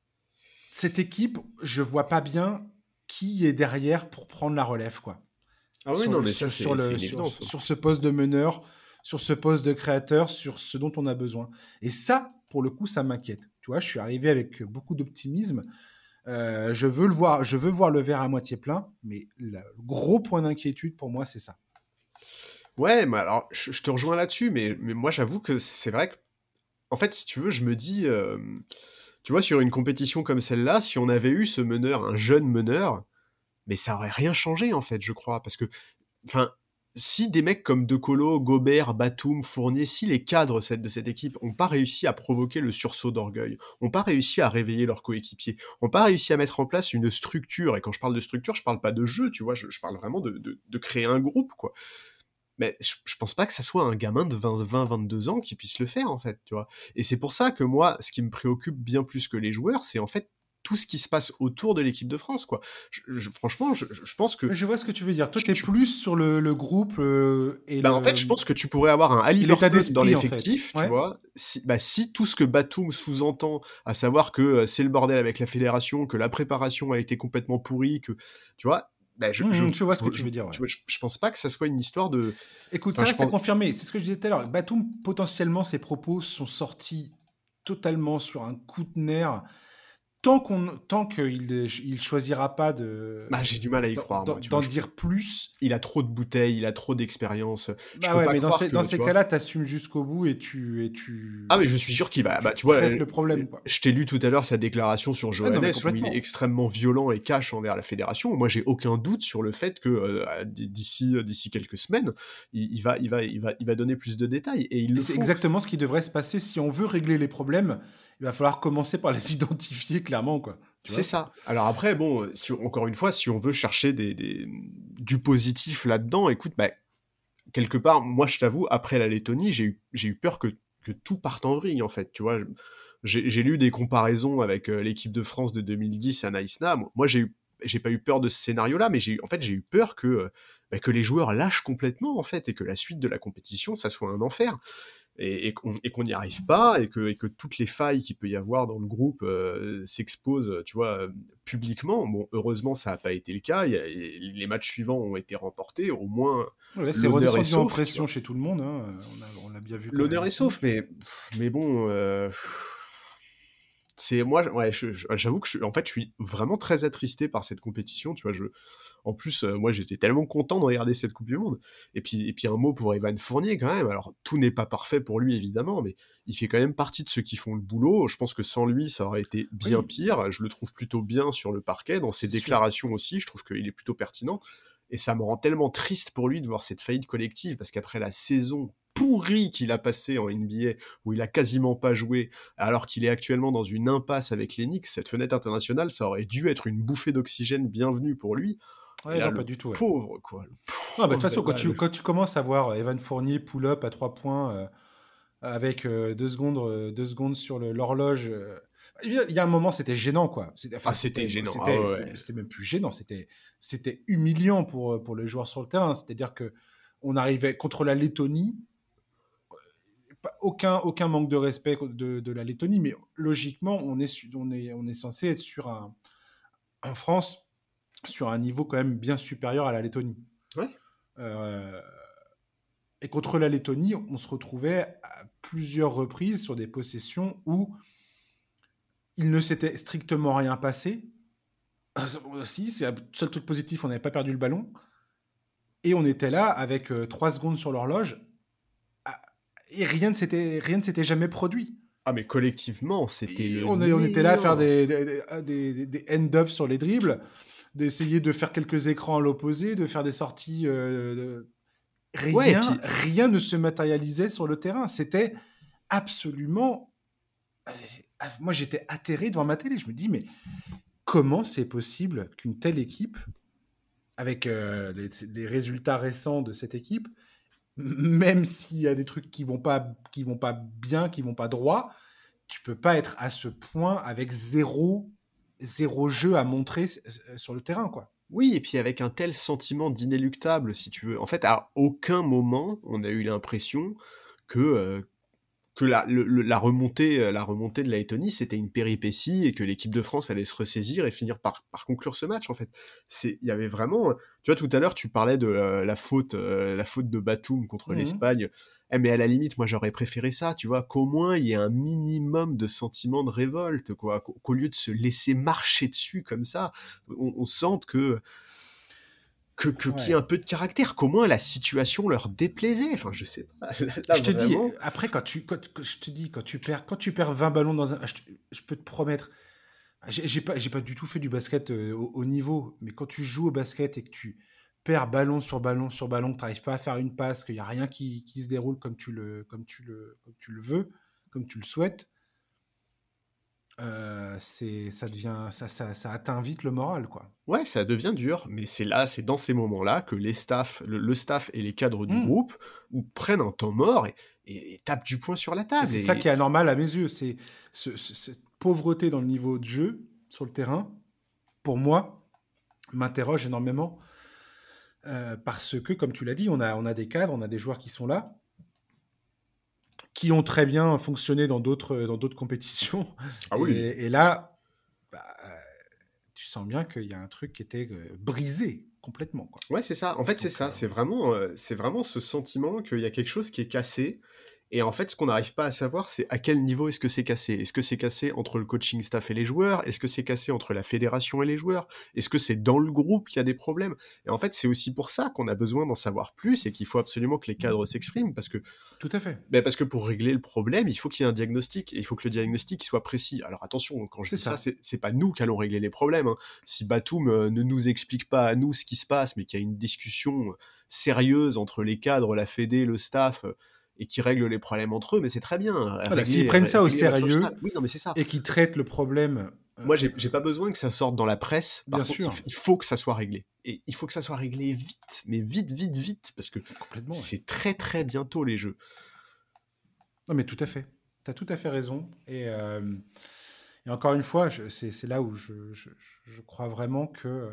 Speaker 1: Cette équipe, je vois pas bien qui est derrière pour prendre la relève, quoi.
Speaker 2: Ah oui,
Speaker 1: Sur,
Speaker 2: non,
Speaker 1: le,
Speaker 2: mais ça,
Speaker 1: sur, sur,
Speaker 2: c'est c'est
Speaker 1: le,
Speaker 2: une
Speaker 1: sur,
Speaker 2: évidence.
Speaker 1: sur ce poste de meneur, sur ce poste de créateur, sur ce dont on a besoin. Et ça, pour le coup, ça m'inquiète. Tu vois, je suis arrivé avec beaucoup d'optimisme. Euh, je veux le voir, je veux voir le verre à moitié plein, mais le gros point d'inquiétude pour moi, c'est ça.
Speaker 2: Ouais, mais alors, je, je te rejoins là-dessus, mais, mais moi, j'avoue que c'est vrai que, en fait, si tu veux, je me dis, euh, tu vois, sur une compétition comme celle-là, si on avait eu ce meneur, un jeune meneur, mais ça aurait rien changé, en fait, je crois, parce que, enfin, si des mecs comme De Colo, Gobert, Batum, Fournier, si les cadres cette- de cette équipe ont pas réussi à provoquer le sursaut d'orgueil, ont pas réussi à réveiller leurs coéquipiers, ont pas réussi à mettre en place une structure, et quand je parle de structure, je parle pas de jeu, tu vois, je, je parle vraiment de, de, de créer un groupe, quoi. Mais je, je pense pas que ça soit un gamin de vingt, vingt-deux ans qui puisse le faire, en fait, tu vois. Et c'est pour ça que moi, ce qui me préoccupe bien plus que les joueurs, c'est en fait tout ce qui se passe autour de l'équipe de France, quoi. Je, je, franchement, je, je pense que
Speaker 1: Je vois ce que tu veux dire. Toi,
Speaker 2: tu,
Speaker 1: tu es
Speaker 2: tu
Speaker 1: plus sur le, le groupe euh, et
Speaker 2: bah en fait,
Speaker 1: le
Speaker 2: je pense que tu pourrais avoir un
Speaker 1: et l'état
Speaker 2: Haliburton dans
Speaker 1: d'esprit, en fait.
Speaker 2: l'effectif, tu
Speaker 1: Ouais.
Speaker 2: vois, si, bah, si tout ce que Batum sous-entend, à savoir que euh, c'est le bordel avec la fédération, que la préparation a été complètement pourrie, que, tu vois, bah, je, je,
Speaker 1: Mmh, je vois ce que
Speaker 2: je,
Speaker 1: tu
Speaker 2: je,
Speaker 1: veux dire, ouais.
Speaker 2: tu vois, je- je pense pas que ça soit une histoire de...
Speaker 1: Écoute,
Speaker 2: Enfin,
Speaker 1: ça
Speaker 2: je
Speaker 1: reste à
Speaker 2: pense...
Speaker 1: confirmer. C'est ce que je disais tout à l'heure. Batum, potentiellement, ses propos sont sortis totalement sur un coup de nerf. Tant qu'on, tant qu'il il choisira pas de,
Speaker 2: Bah, j'ai du mal à y
Speaker 1: d'en,
Speaker 2: croire, moi, tu vois.
Speaker 1: d'en
Speaker 2: Je,
Speaker 1: dire plus.
Speaker 2: il a trop de bouteilles, il a trop d'expérience. Je
Speaker 1: Bah
Speaker 2: peux
Speaker 1: ouais,
Speaker 2: pas
Speaker 1: mais dans
Speaker 2: croire
Speaker 1: ces, dans
Speaker 2: que, tu
Speaker 1: ces
Speaker 2: vois...
Speaker 1: cas-là, t'assumes jusqu'au bout et tu, et tu,
Speaker 2: Ah, mais je suis sûr qu'il
Speaker 1: et
Speaker 2: va. Bah,
Speaker 1: tu
Speaker 2: tu vois,
Speaker 1: traites
Speaker 2: euh,
Speaker 1: le problème, quoi.
Speaker 2: je t'ai lu tout à l'heure sa déclaration sur
Speaker 1: Ah non,
Speaker 2: Johannes,
Speaker 1: mais
Speaker 2: où il est
Speaker 1: complètement.
Speaker 2: extrêmement violent et cash envers la fédération. Moi, j'ai aucun doute sur le fait que euh, d'ici d'ici quelques semaines, il, il va il va il va il va donner plus de détails et il
Speaker 1: Et
Speaker 2: le
Speaker 1: c'est
Speaker 2: faut.
Speaker 1: exactement ce qui devrait se passer. Si on veut régler les problèmes, il va falloir commencer par les identifier clairement, quoi. Tu
Speaker 2: C'est
Speaker 1: vois?
Speaker 2: ça. Alors après, bon, si, encore une fois, si on veut chercher des, des- du positif là-dedans, écoute, bah, quelque part, moi, je t'avoue, après la Lettonie, j'ai eu, j'ai eu peur que, que tout parte en vrille, en fait, tu vois. J'ai, j'ai lu des comparaisons avec euh, l'équipe de France de deux mille dix à Naïsna. Moi, j'ai eu, j'ai pas eu peur de ce scénario-là, mais j'ai, eu- en fait, j'ai eu peur que, euh, bah, que les joueurs lâchent complètement, en fait, et que la suite de la compétition, ça soit un enfer. et, et qu'on et qu'on n'y arrive pas, et que, et que toutes les failles qu'il peut y avoir dans le groupe euh, s'exposent, tu vois, euh, publiquement. Bon, heureusement, ça n'a pas été le cas. Il y a, les matchs suivants ont été remportés. Au moins,
Speaker 1: Ouais, c'est
Speaker 2: l'honneur est
Speaker 1: redescendu en
Speaker 2: sauf, tu
Speaker 1: pression
Speaker 2: vois.
Speaker 1: chez tout le monde, hein. On a- on l'a bien vu quand même
Speaker 2: L'honneur est
Speaker 1: ici.
Speaker 2: sauf, mais, mais bon, euh, c'est moi, ouais, je- je- j'avoue que je, en fait, je suis vraiment très attristé par cette compétition. Tu vois, je, en plus, euh, moi, j'étais tellement content de regarder cette Coupe du Monde. Et puis, et puis un mot pour Evan Fournier quand même. Alors, tout n'est pas parfait pour lui, évidemment, mais il fait quand même partie de ceux qui font le boulot. Je pense que sans lui, ça aurait été bien
Speaker 1: Oui,
Speaker 2: pire. Je le trouve plutôt bien sur le parquet, dans ses
Speaker 1: c'est sûr.
Speaker 2: déclarations aussi. Je trouve qu'il est plutôt pertinent. Et ça me rend tellement triste pour lui de voir cette faillite collective, parce qu'après la saison pourrie qu'il a passée en N B A, où il a quasiment pas joué, alors qu'il est actuellement dans une impasse avec les Knicks, cette fenêtre internationale, ça aurait dû être une bouffée d'oxygène bienvenue pour lui. Et
Speaker 1: Ouais,
Speaker 2: là,
Speaker 1: non, pas
Speaker 2: le
Speaker 1: du tout. Ouais.
Speaker 2: pauvre, quoi, le
Speaker 1: Non, bah, de toute
Speaker 2: pauvre
Speaker 1: façon, quand tu,
Speaker 2: Evan.
Speaker 1: quand tu commences à voir Evan Fournier pull-up à trois points euh, avec euh, deux secondes, euh, deux secondes sur le- l'horloge, euh, il y a il y a un moment, c'était gênant, quoi. C'était,
Speaker 2: Ah,
Speaker 1: enfin,
Speaker 2: c'était
Speaker 1: c'était,
Speaker 2: gênant. Ah
Speaker 1: c'était,
Speaker 2: ouais,
Speaker 1: c'était
Speaker 2: ouais.
Speaker 1: c'était même plus gênant. C'était, c'était humiliant pour, euh, pour les joueurs sur le terrain. C'est-à-dire que on arrivait contre la Lettonie, pas- aucun, aucun manque de respect de, de la Lettonie, mais logiquement, on est, su- on est, on est censé être sur un, en France, sur un niveau quand même bien supérieur à la Lettonie.
Speaker 2: Ouais.
Speaker 1: Euh, et contre la Lettonie, on se retrouvait à plusieurs reprises sur des possessions où il ne s'était strictement rien passé. Euh, si, c'est le seul truc positif, on n'avait pas perdu le ballon. Et on était là avec euh, trois secondes sur l'horloge. ah, Et rien ne s'était, rien ne s'était jamais produit.
Speaker 2: Ah, mais collectivement, c'était
Speaker 1: Et
Speaker 2: le
Speaker 1: on, est- on était là à faire
Speaker 2: néant.
Speaker 1: des, des, des, des- des end-off sur les dribbles, d'essayer de faire quelques écrans à l'opposé, de faire des sorties. euh, de-
Speaker 2: Ouais, et
Speaker 1: Rien,
Speaker 2: puis,
Speaker 1: rien ne se matérialisait sur le terrain. C'était absolument. euh, Moi, j'étais atterré devant ma télé. Je me dis, mais comment c'est possible qu'une telle équipe, avec euh, les, les résultats récents de cette équipe, même s'il y a des trucs qui vont pas, qui vont pas bien, qui vont pas droit, tu peux pas être à ce point avec zéro, zéro jeu à montrer euh, sur le terrain, quoi.
Speaker 2: oui, et puis avec un tel sentiment d'inéluctable, si tu veux. En fait, à aucun moment, on a eu l'impression que, euh, que la, le- le- la remontée, euh, la remontée de la Lettonie, c'était une péripétie, et que l'équipe de France allait se ressaisir et finir par, par conclure ce match. En fait, c'est, il y avait vraiment, tu vois, tout à l'heure, tu parlais de euh, la faute, euh, la faute de Batum contre
Speaker 1: Mhm.
Speaker 2: l'Espagne. Eh, mais à la limite, moi, j'aurais préféré ça, tu vois, qu'au moins il y ait un minimum de sentiment de révolte, quoi, qu'au qu'au lieu de se laisser marcher dessus comme ça, on, on sente que que, que qu'il y ait
Speaker 1: Ouais.
Speaker 2: un peu de caractère, qu'au moins la situation leur déplaisait. Enfin, je sais pas. Là, là,
Speaker 1: Je te dis,
Speaker 2: vraiment.
Speaker 1: après, quand tu, quand, quand- je te dis, quand tu perds, quand tu perds vingt ballons dans un, je, te- je peux te promettre, j'ai j'ai pas, j'ai pas du tout fait du basket euh, au, au niveau, mais quand tu joues au basket et que tu perds ballon sur ballon sur ballon, que tu n'arrives pas à faire une passe, qu'il n'y a rien qui, qui se déroule comme tu le, comme tu le, comme tu le veux, comme tu le souhaites, euh, c'est, ça devient, ça, ça, ça atteint vite le moral, quoi.
Speaker 2: Ouais, ça devient dur, mais c'est là, c'est dans ces moments-là que les staff, le, le staff et les cadres du
Speaker 1: Mm.
Speaker 2: groupe prennent un temps mort et, et- et tapent du poing sur la
Speaker 1: Et
Speaker 2: table.
Speaker 1: c'est ça
Speaker 2: Et
Speaker 1: qui est anormal à mes yeux, c'est ce- ce- cette pauvreté dans le niveau de jeu sur le terrain. Pour moi, m'interroge énormément euh, parce que, comme tu l'as dit, on a, on a des cadres, on a des joueurs qui sont là, qui ont très bien fonctionné dans d'autres dans d'autres compétitions.
Speaker 2: ah oui.
Speaker 1: Et, et là, bah, euh, tu sens bien qu'il y a un truc qui était euh, brisé complètement, quoi.
Speaker 2: Ouais, c'est ça. En fait, c'est
Speaker 1: Donc,
Speaker 2: ça.
Speaker 1: euh,
Speaker 2: C'est vraiment, euh, c'est vraiment ce sentiment qu'il y a quelque chose qui est cassé. Et en fait, ce qu'on n'arrive pas à savoir, c'est à quel niveau est-ce que c'est cassé. Est-ce que c'est cassé entre le coaching staff et les joueurs? Est-ce que c'est cassé entre la fédération et les joueurs? Est-ce que c'est dans le groupe qu'il y a des problèmes? Et en fait, c'est aussi pour ça qu'on a besoin d'en savoir plus et qu'il faut absolument que les cadres s'expriment, parce que
Speaker 1: tout à fait.
Speaker 2: ben parce que pour régler le problème, il faut qu'il y ait un diagnostic, et il faut que le diagnostic il soit précis. Alors attention, quand je
Speaker 1: C'est
Speaker 2: dis ça,
Speaker 1: ça.
Speaker 2: c'est, c'est pas nous qui allons régler les problèmes, hein. Si Batum euh, ne nous explique pas à nous ce qui se passe, mais qu'il y a une discussion euh, sérieuse entre les cadres, la fédé, le staff, euh, et qui règle les problèmes entre eux, mais c'est très bien. euh,
Speaker 1: Voilà, s'ils
Speaker 2: Régler,
Speaker 1: prennent
Speaker 2: ré-
Speaker 1: ça au
Speaker 2: régler votre stade.
Speaker 1: sérieux
Speaker 2: Oui, non, mais c'est ça.
Speaker 1: et qu'ils traitent le problème, euh,
Speaker 2: Moi, j'ai, j'ai pas besoin que ça sorte dans la presse.
Speaker 1: bien
Speaker 2: Par contre, il,
Speaker 1: sûr,
Speaker 2: f- il faut que ça soit réglé. Et il faut que ça soit réglé vite, mais vite, vite, vite, parce que
Speaker 1: complètement, ouais.
Speaker 2: c'est très, très bientôt les jeux.
Speaker 1: Non, mais tout à fait. Tu as tout à fait raison. Et, euh, et encore une fois, je- c'est c'est là où je, je- je crois vraiment que euh,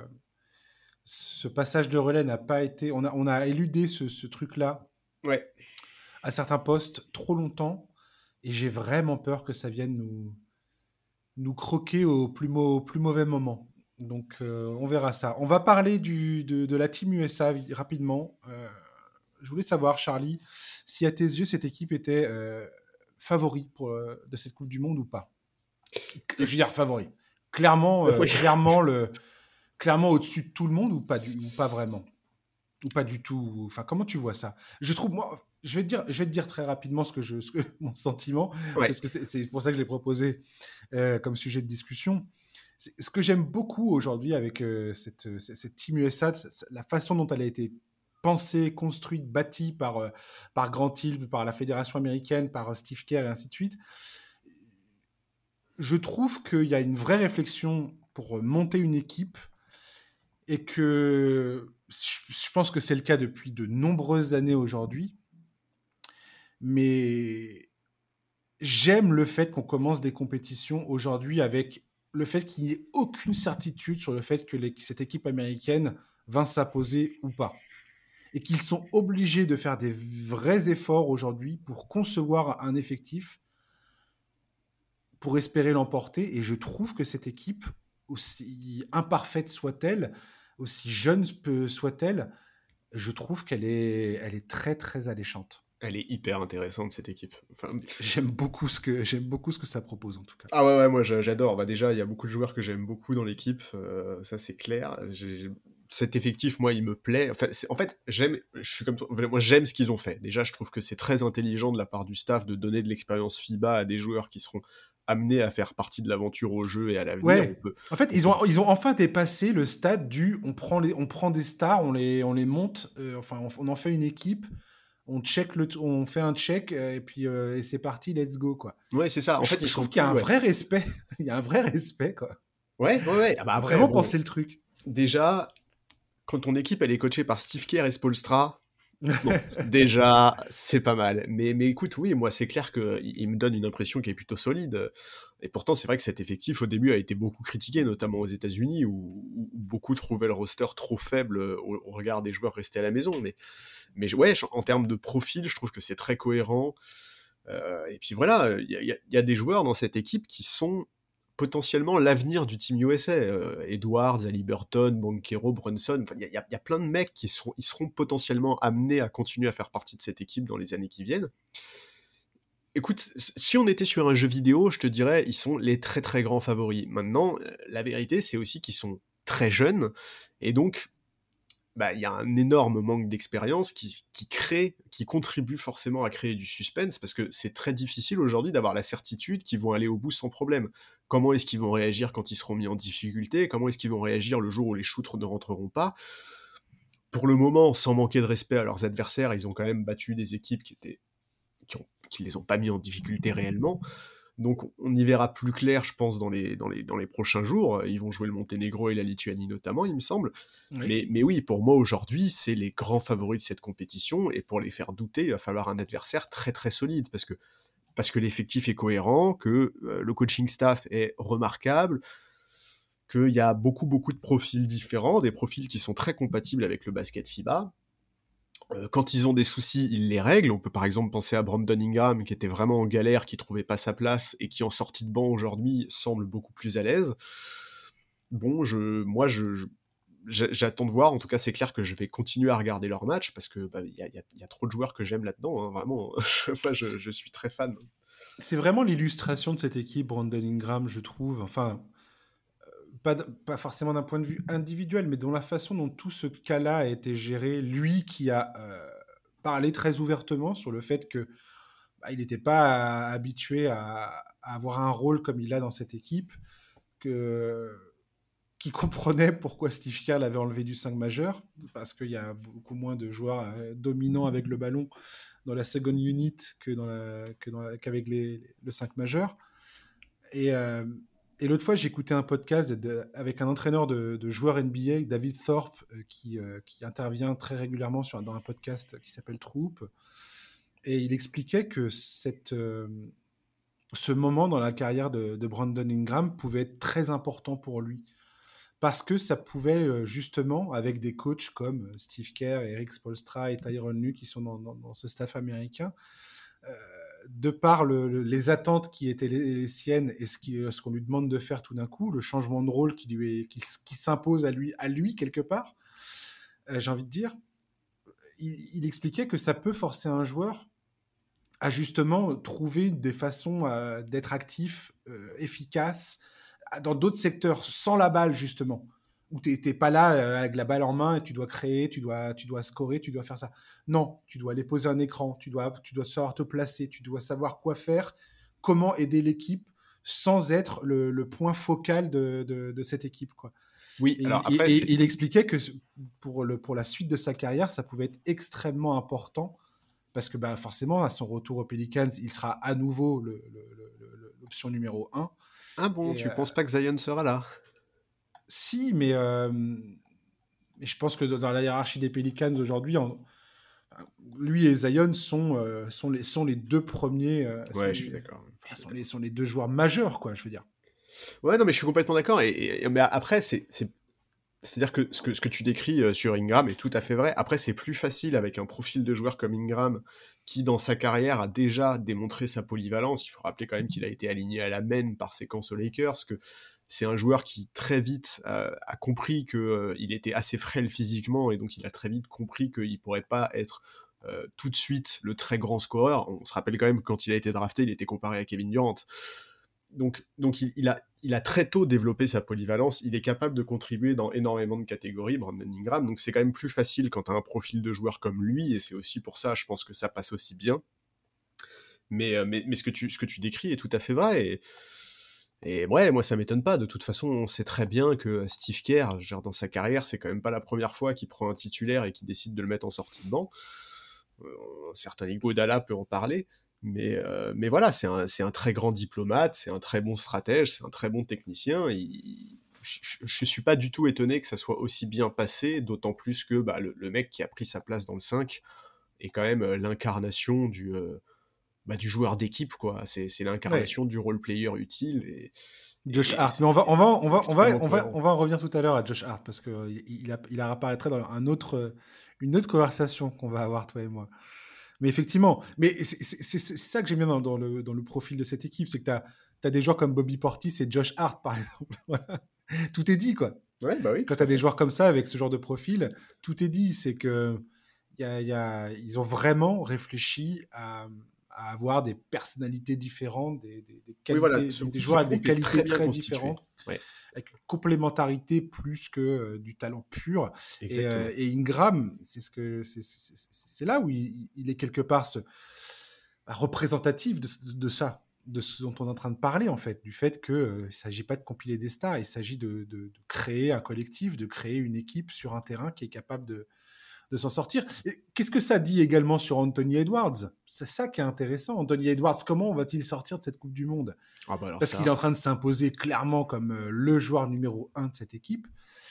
Speaker 1: ce passage de relais n'a pas été. On a, on a éludé ce, ce truc-là
Speaker 2: Ouais.
Speaker 1: à certains postes trop longtemps, et j'ai vraiment peur que ça vienne nous, nous croquer au plus, mau- au plus mauvais moment. Donc, euh, on verra ça. On va parler du, de, de la Team U S A vi- rapidement. Euh, je voulais savoir, Charlie, si à tes yeux, cette équipe était euh, favori pour, euh, de cette Coupe du Monde ou pas. Je veux
Speaker 2: Et-
Speaker 1: dire favori. Clairement, euh,
Speaker 2: oui.
Speaker 1: clairement, le, clairement au-dessus de tout le monde ou pas, du, ou pas vraiment. Ou pas du tout. Enfin, comment tu vois ça? Je trouve, moi, je vais te dire, je vais te dire très rapidement ce que je, ce que, mon sentiment,
Speaker 2: Ouais.
Speaker 1: parce que c'est c'est pour ça que je l'ai proposé euh, comme sujet de discussion. C'est- Ce que j'aime beaucoup aujourd'hui avec euh, cette, cette, cette Team U S A, c'est la façon dont elle a été pensée, construite, bâtie par, euh, par Grant Hill, par la Fédération américaine, par euh, Steve Kerr et ainsi de suite. Je trouve qu'il y a une vraie réflexion pour monter une équipe et que je pense que c'est le cas depuis de nombreuses années aujourd'hui. Mais j'aime le fait qu'on commence des compétitions aujourd'hui avec le fait qu'il n'y ait aucune certitude sur le fait que les- cette équipe américaine va s'imposer ou pas. Et qu'ils sont obligés de faire des vrais efforts aujourd'hui pour concevoir un effectif pour espérer l'emporter. Et je trouve que cette équipe, aussi imparfaite soit-elle, aussi jeune peut- soit-elle, je trouve qu'elle est, elle est très très alléchante.
Speaker 2: Elle est hyper intéressante, cette équipe. Enfin,
Speaker 1: J'aime beaucoup ce que j'aime beaucoup ce que ça propose en tout cas.
Speaker 2: ah ouais, ouais, moi j'a- j'adore. Bah déjà, il y a beaucoup de joueurs que j'aime beaucoup dans l'équipe, euh, ça c'est clair. J'ai- j'ai- Cet effectif, moi, il me plaît. Enfin, c'est- en fait, j'aime, je suis comme toi, moi j'aime ce qu'ils ont fait. Déjà, je trouve que c'est très intelligent de la part du staff de donner de l'expérience FIBA à des joueurs qui seront amenés à faire partie de l'aventure au jeu et à l'avenir. On
Speaker 1: Ouais.
Speaker 2: peut,
Speaker 1: En fait,
Speaker 2: on
Speaker 1: ils
Speaker 2: peut
Speaker 1: ont ils ont enfin dépassé le stade du on prend les on prend des stars, on les on les monte, euh, enfin on, on en fait une équipe, on check le on fait un check euh, et puis euh, et c'est parti, let's go quoi.
Speaker 2: Ouais, c'est ça. En
Speaker 1: Je,
Speaker 2: fait, ils
Speaker 1: je
Speaker 2: sont
Speaker 1: trouve qu'il y a
Speaker 2: plus.
Speaker 1: un
Speaker 2: Ouais,
Speaker 1: vrai respect, il y a un vrai respect quoi.
Speaker 2: ouais, ouais. Ouais. Ah bah
Speaker 1: Faut
Speaker 2: après,
Speaker 1: vraiment
Speaker 2: bon,
Speaker 1: penser le truc.
Speaker 2: déjà, quand ton équipe elle est coachée par Steve Kerr et Spoelstra, bon, déjà, c'est pas mal. Mais, mais écoute, oui, moi, c'est clair qu'il il me donne une impression qui est plutôt solide. Et pourtant, c'est vrai que cet effectif, au début, a été beaucoup critiqué, notamment aux États-Unis, où, où beaucoup trouvaient le roster trop faible au, au regard des joueurs restés à la maison. Mais, mais ouais, en termes de profil, je trouve que c'est très cohérent. Euh, et puis voilà, il y a, y a- y a des joueurs dans cette équipe qui sont potentiellement l'avenir du Team U S A. Euh, Edwards, Haliburton, Banchero, Brunson, il y, a- y a- y a plein de mecs qui seront, ils seront potentiellement amenés à continuer à faire partie de cette équipe dans les années qui viennent. Écoute, si on était sur un jeu vidéo, je te dirais, ils sont les très très grands favoris. Maintenant, euh, la vérité, c'est aussi qu'ils sont très jeunes, et donc bah, il y a un énorme manque d'expérience qui, qui crée, qui contribue forcément à créer du suspense, parce que c'est très difficile aujourd'hui d'avoir la certitude qu'ils vont aller au bout sans problème. Comment est-ce qu'ils vont réagir quand ils seront mis en difficulté? Comment est-ce qu'ils vont réagir le jour où les shoots ne rentreront pas? Pour le moment, sans manquer de respect à leurs adversaires, ils ont quand même battu des équipes qui étaient qui, ont, qui les ont pas mis en difficulté réellement. Donc on y verra plus clair, je pense, dans les, dans les, dans les prochains jours. Ils vont jouer le Monténégro et la Lituanie notamment, il me semble.
Speaker 1: Oui.
Speaker 2: Mais, mais oui, pour moi aujourd'hui, c'est les grands favoris de cette compétition, et pour les faire douter, il va falloir un adversaire très très solide, parce que, parce que l'effectif est cohérent, que euh, le coaching staff est remarquable, qu'il y a beaucoup beaucoup de profils différents, des profils qui sont très compatibles avec le basket FIBA. Euh, quand ils ont des soucis, ils les règlent. On peut par exemple penser à Brandon Ingram, qui était vraiment en galère, qui trouvait pas sa place, et qui en sortie de banc aujourd'hui semble beaucoup plus à l'aise. Bon, je, moi, je, je j'attends de voir. En tout cas, c'est clair que je vais continuer à regarder leurs matchs, parce que bah, y, a, y, a, y a trop de joueurs que j'aime là-dedans, hein, vraiment. Moi, je, je suis très fan.
Speaker 1: C'est vraiment l'illustration de cette équipe, Brandon Ingram, je trouve. Enfin, pas, pas forcément d'un point de vue individuel, mais dans la façon dont tout ce cas-là a été géré. Lui qui a euh, parlé très ouvertement sur le fait que bah, il n'était pas habitué à, à avoir un rôle comme il a dans cette équipe, que qui comprenait pourquoi Steve Kerr l'avait enlevé du cinq majeur, parce qu'il y a beaucoup moins de joueurs euh, dominants avec le ballon dans la second unit que dans la, que dans la, qu'avec les, le cinq majeur. Et, euh, et l'autre fois, j'écoutais un podcast de, de, avec un entraîneur de, de joueurs N B A, David Thorpe, euh, qui, euh, qui intervient très régulièrement sur, dans un podcast qui s'appelle Troop. Et il expliquait que cette, euh, ce moment dans la carrière de, de Brandon Ingram pouvait être très important pour lui. parce que ça pouvait euh, justement, avec des coachs comme euh, Steve Kerr, Eric Spoelstra et Tyronn Lue qui sont dans, dans, dans ce staff américain, euh, de par le, le, les attentes qui étaient les, les siennes et ce, qui, ce qu'on lui demande de faire tout d'un coup, le changement de rôle qui, lui est, qui, qui s'impose à lui, à lui quelque part, euh, j'ai envie de dire, il, il expliquait que ça peut forcer un joueur à justement trouver des façons euh, d'être actif, euh, efficace, dans d'autres secteurs, sans la balle justement, où tu n'es pas là euh, avec la balle en main et tu dois créer, tu dois, tu dois scorer, tu dois faire ça. Non, tu dois aller poser un écran, tu dois, tu dois savoir te placer, tu dois savoir quoi faire, comment aider l'équipe sans être le, le point focal de, de, de cette équipe, quoi.
Speaker 2: Oui,
Speaker 1: Et,
Speaker 2: alors
Speaker 1: et,
Speaker 2: après,
Speaker 1: et
Speaker 2: c'est...
Speaker 1: il expliquait que pour, le, pour la suite de sa carrière, ça pouvait être extrêmement important parce que bah, forcément, à son retour aux Pelicans, il sera à nouveau le, le, le, l'option numéro un.
Speaker 2: Ah bon,
Speaker 1: Et
Speaker 2: tu
Speaker 1: euh,
Speaker 2: penses pas que Zion sera là?
Speaker 1: si, mais euh, je pense que dans la hiérarchie des Pelicans aujourd'hui, en, lui et Zion sont, euh, sont, les, sont les deux premiers, euh, sont,
Speaker 2: Ouais, je suis
Speaker 1: les,
Speaker 2: d'accord. Je
Speaker 1: enfin,
Speaker 2: suis
Speaker 1: sont,
Speaker 2: d'accord.
Speaker 1: les, sont les deux joueurs majeurs, quoi, je veux dire.
Speaker 2: Ouais, non, mais je suis complètement d'accord. Et, et- mais après, c'est, c'est, c'est-à-dire que ce, que ce que tu décris euh, sur Ingram est tout à fait vrai. Après, c'est plus facile avec un profil de joueur comme Ingram, qui dans sa carrière a déjà démontré sa polyvalence. Il faut rappeler quand même qu'il a été aligné à la main par séquence aux Lakers, que c'est un joueur qui très vite euh, a compris qu'il euh, était assez frêle physiquement, et donc il a très vite compris qu'il pourrait pas être euh, tout de suite le très grand scoreur. On se rappelle quand même que quand il a été drafté, il était comparé à Kevin Durant. Donc, donc il, il, a, il a très tôt développé sa polyvalence, il est capable de contribuer dans énormément de catégories, Brandon Ingram, donc c'est quand même plus facile quand tu as un profil de joueur comme lui, et c'est aussi pour ça, je pense que ça passe aussi bien. Mais, mais, mais ce, que tu, ce que tu décris est tout à fait vrai, et, et ouais, moi ça m'étonne pas, de toute façon on sait très bien que Steve Kerr, genre dans sa carrière, c'est quand même pas la première fois qu'il prend un titulaire et qu'il décide de le mettre en sortie de banc. Euh, un certain Iguodala peut en parler, mais, euh, mais voilà, c'est un, c'est un très grand diplomate, c'est un très bon stratège, c'est un très bon technicien. Il, je ne suis pas du tout étonné que ça soit aussi bien passé, d'autant plus que bah, le, le mec qui a pris sa place dans le cinq est quand même euh, l'incarnation du, euh, bah, du joueur d'équipe, quoi. C'est, c'est
Speaker 1: Ouais.
Speaker 2: l'incarnation du role-player utile, et,
Speaker 1: Josh
Speaker 2: et
Speaker 1: Hart. Mais
Speaker 2: c'est,
Speaker 1: on va, on va, on
Speaker 2: c'est
Speaker 1: va, on va,
Speaker 2: extrêmement
Speaker 1: on va,
Speaker 2: cohérent.
Speaker 1: on va en revenir tout à l'heure à Josh Hart parce que il, il, a, il apparaîtra dans un autre, une autre conversation qu'on va avoir toi et moi. Mais effectivement, mais c'est, c'est, c'est, c'est ça que j'aime bien dans, dans, le, dans le profil de cette équipe, c'est que tu as des joueurs comme Bobby Portis et Josh Hart, par exemple. Voilà. Tout est dit, quoi.
Speaker 2: Ouais, bah oui,
Speaker 1: Quand
Speaker 2: tout
Speaker 1: tu
Speaker 2: à
Speaker 1: as des
Speaker 2: fait.
Speaker 1: joueurs comme ça, avec ce genre de profil, tout est dit. C'est que y a, y a, ils ont vraiment réfléchi à, à avoir des personnalités différentes, des, des, des
Speaker 2: Oui, voilà,
Speaker 1: qualités,
Speaker 2: ce,
Speaker 1: des, des
Speaker 2: ce
Speaker 1: joueurs avec des
Speaker 2: groupe est très
Speaker 1: qualités
Speaker 2: bien
Speaker 1: très
Speaker 2: constitué.
Speaker 1: différentes,
Speaker 2: Ouais,
Speaker 1: avec une complémentarité plus que euh, du talent pur. Et, euh,
Speaker 2: exactement.
Speaker 1: et Ingram, c'est ce que c'est, c'est, c'est, c'est là où il, il, est quelque part ce, représentatif de, de, ça, de ce dont on est en train de parler en fait, du fait qu'il euh, ne s'agit pas de compiler des stars, il s'agit de, de, de créer un collectif, de créer une équipe sur un terrain qui est capable de, de s'en sortir. Et qu'est-ce que ça dit également sur Anthony Edwards? C'est ça qui est intéressant. Anthony Edwards, comment va-t-il sortir de cette Coupe du Monde?
Speaker 2: Ah bah alors
Speaker 1: Parce qu'il est
Speaker 2: ça...
Speaker 1: en train de s'imposer clairement comme euh, le joueur numéro un de cette équipe.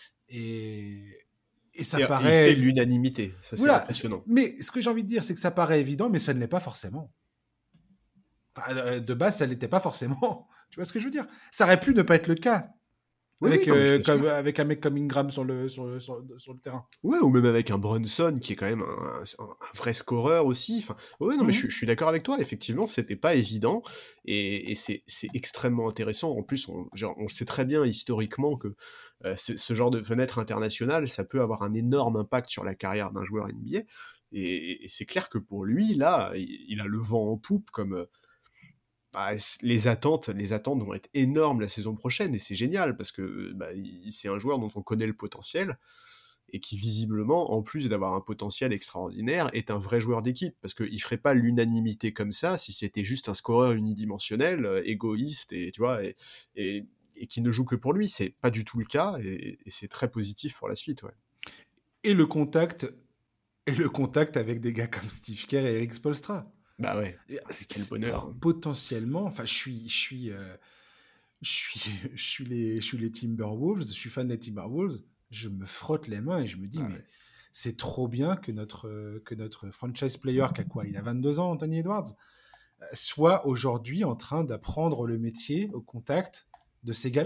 Speaker 1: Et, et ça
Speaker 2: Et, et il fait
Speaker 1: paraît...
Speaker 2: l'unanimité, ça c'est
Speaker 1: Voilà,
Speaker 2: impressionnant.
Speaker 1: mais ce que j'ai envie de dire, c'est que ça paraît évident, mais ça ne l'est pas forcément. Enfin, euh, de base, ça l'était pas forcément. Tu vois ce que je veux dire? Ça aurait pu ne pas être le cas
Speaker 2: Oui, oui,
Speaker 1: avec,
Speaker 2: non mais je
Speaker 1: euh,
Speaker 2: t'assure.
Speaker 1: comme, avec un mec comme Ingram sur le, sur le, sur, sur le terrain.
Speaker 2: Ouais, ou même avec un Brunson qui est quand même un, un- un vrai scoreur aussi. Enfin, ouais, non mais je, suis-
Speaker 1: Mhm.
Speaker 2: je suis d'accord avec toi, effectivement, c'était pas évident, et, et c'est c'est extrêmement intéressant. En plus, on, genre, on sait très bien historiquement que euh, c'est- ce genre de fenêtre internationale, ça peut avoir un énorme impact sur la carrière d'un joueur N B A, et, et c'est clair que pour lui, là, il, il a le vent en poupe, comme... euh, bah, les attentes, les attentes vont être énormes la saison prochaine, et c'est génial parce que bah, il- c'est un joueur dont on connaît le potentiel, et qui visiblement, en plus d'avoir un potentiel extraordinaire, est un vrai joueur d'équipe, parce qu'il ferait pas l'unanimité comme ça si c'était juste un scoreur unidimensionnel, euh, égoïste, et tu vois, et, et, et qui ne joue que pour lui. C'est pas du tout le cas, et, et c'est très positif pour la suite, ouais.
Speaker 1: Et le contact, et le contact avec des gars comme Steve Kerr et Eric Spoelstra.
Speaker 2: Bah ouais,
Speaker 1: Et
Speaker 2: ah,
Speaker 1: c'est-
Speaker 2: quel
Speaker 1: c'est
Speaker 2: bonheur, hein.
Speaker 1: potentiellement, enfin, je suis, je suis, euh, je suis, je suis les, je suis les Timberwolves, je suis fan des Timberwolves. Je me frotte les mains et je me dis,
Speaker 2: Ah
Speaker 1: mais
Speaker 2: ouais.
Speaker 1: c'est trop bien que notre, euh, que notre franchise player, qui a quoi? Il a vingt-deux ans, Anthony Edwards, soit aujourd'hui en train d'apprendre le métier au contact de ces gars-là.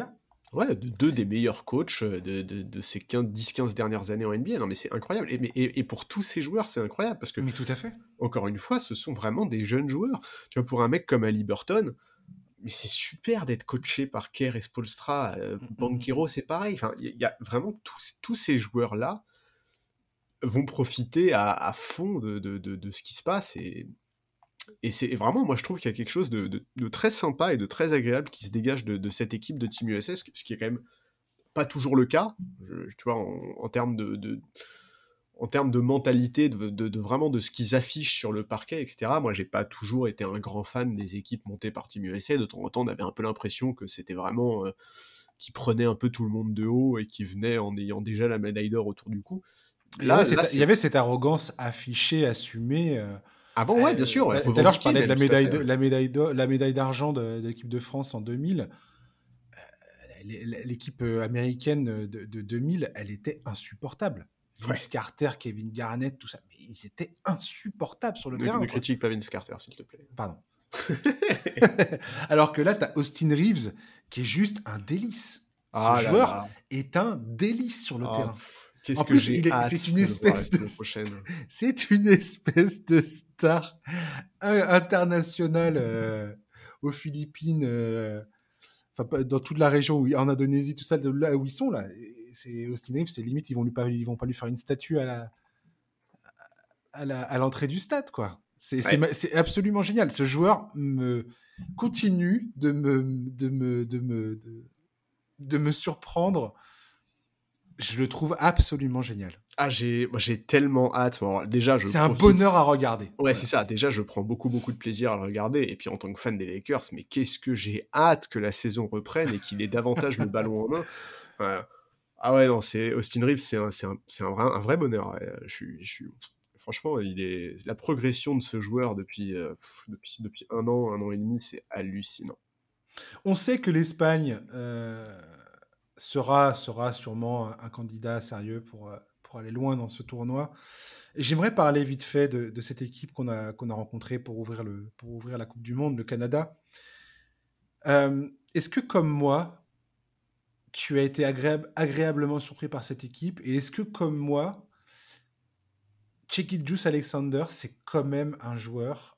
Speaker 2: Ouais, de deux des meilleurs coachs de, de, de ces dix quinze dernières années en N B A. Non, mais c'est incroyable. Et, mais, et, et pour tous ces joueurs, c'est incroyable parce que,
Speaker 1: Mais tout à fait.
Speaker 2: encore une fois, ce sont vraiment des jeunes joueurs. Tu vois, pour un mec comme Ali Burton, mais c'est super d'être coaché par Kerr et Spoelstra. Euh,
Speaker 1: Mm, mm, mm,
Speaker 2: Banchero,
Speaker 1: mm.
Speaker 2: c'est pareil. Enfin, il y, y a vraiment tous, tous ces joueurs-là vont profiter à, à fond de, de, de, de ce qui se passe. Et, et c'est et vraiment, moi, je trouve qu'il y a quelque chose de, de, de très sympa et de très agréable qui se dégage de, de cette équipe de Team U S S, ce qui est quand même pas toujours le cas. Je, tu vois, en, en termes de, de en termes de mentalité, de, de, de vraiment de ce qu'ils affichent sur le parquet, et cetera. Moi, j'ai pas toujours été un grand fan des équipes montées par Team U S A. De temps en temps, on avait un peu l'impression que c'était vraiment euh, qui prenaient un peu tout le monde de haut et qui venaient en ayant déjà la médaille d'or autour du cou.
Speaker 1: Il y avait
Speaker 2: Là, là,
Speaker 1: cette, il y
Speaker 2: c'est
Speaker 1: avait cette arrogance affichée, assumée. euh,
Speaker 2: avant, ouais, bien
Speaker 1: euh,
Speaker 2: sûr, ouais,
Speaker 1: Tout à l'heure, je
Speaker 2: revendiqué
Speaker 1: parlais de
Speaker 2: même,
Speaker 1: la
Speaker 2: tout à
Speaker 1: médaille,
Speaker 2: fait.
Speaker 1: de,
Speaker 2: Ouais.
Speaker 1: la médaille, d'or- la médaille d'argent de, de l'équipe de France en deux mille. L'équipe américaine de, de deux mille, elle était insupportable. Vince
Speaker 2: Ouais.
Speaker 1: Carter, Kevin Garnett, tout ça, mais ils étaient insupportables sur le
Speaker 2: Ne,
Speaker 1: terrain,
Speaker 2: ne
Speaker 1: quoi.
Speaker 2: critique pas Vince Carter, s'il te plaît.
Speaker 1: Pardon. Alors que là, tu as Austin Reeves, qui est juste un délice. Ce
Speaker 2: Ah là
Speaker 1: joueur
Speaker 2: là.
Speaker 1: est un délice sur le
Speaker 2: Ah,
Speaker 1: terrain.
Speaker 2: pff, qu'est-ce
Speaker 1: En
Speaker 2: que
Speaker 1: plus,
Speaker 2: j'ai
Speaker 1: il est, c'est
Speaker 2: hâte
Speaker 1: une
Speaker 2: de le voir la
Speaker 1: espèce de,
Speaker 2: saison prochaine.
Speaker 1: c'est une espèce de star internationale euh, aux Philippines, euh, enfin dans toute la région, où, en Indonésie, tout ça, de là où ils sont là. Et c'est Austin Reeves, c'est limite, ils vont lui pas, ils vont pas lui faire une statue à la, à la, à l'entrée du stade, quoi. C'est,
Speaker 2: Ouais.
Speaker 1: c'est, c'est absolument génial. Ce joueur me continue de me, de me, de me, de, de me surprendre. Je le trouve absolument génial.
Speaker 2: Ah, j'ai, moi, j'ai tellement hâte. Bon, déjà, je
Speaker 1: C'est un bonheur
Speaker 2: profite.
Speaker 1: à regarder.
Speaker 2: Ouais, c'est
Speaker 1: Voilà.
Speaker 2: ça. Déjà, je prends beaucoup, beaucoup de plaisir à le regarder. Et puis, en tant que fan des Lakers, mais qu'est-ce que j'ai hâte que la saison reprenne et qu'il ait davantage le ballon en main. Enfin, ah ouais, non, c'est Austin Reeves, c'est un, c'est un, c'est un vrai, un vrai bonheur. Ouais. Je suis, je suis, franchement, il est la progression de ce joueur depuis, euh, pff, depuis, depuis un an, un an et demi, c'est hallucinant.
Speaker 1: On sait que l'Espagne euh, sera, sera sûrement un, un candidat sérieux pour, euh, pour aller loin dans ce tournoi. Et j'aimerais parler vite fait de, de cette équipe qu'on a, qu'on a rencontrée pour ouvrir, le, pour ouvrir la Coupe du Monde, le Canada. Euh, est-ce que, comme moi, tu as été agréable, agréablement surpris par cette équipe? Et est-ce que, comme moi, Cheikh Juice Alexander, c'est quand même un joueur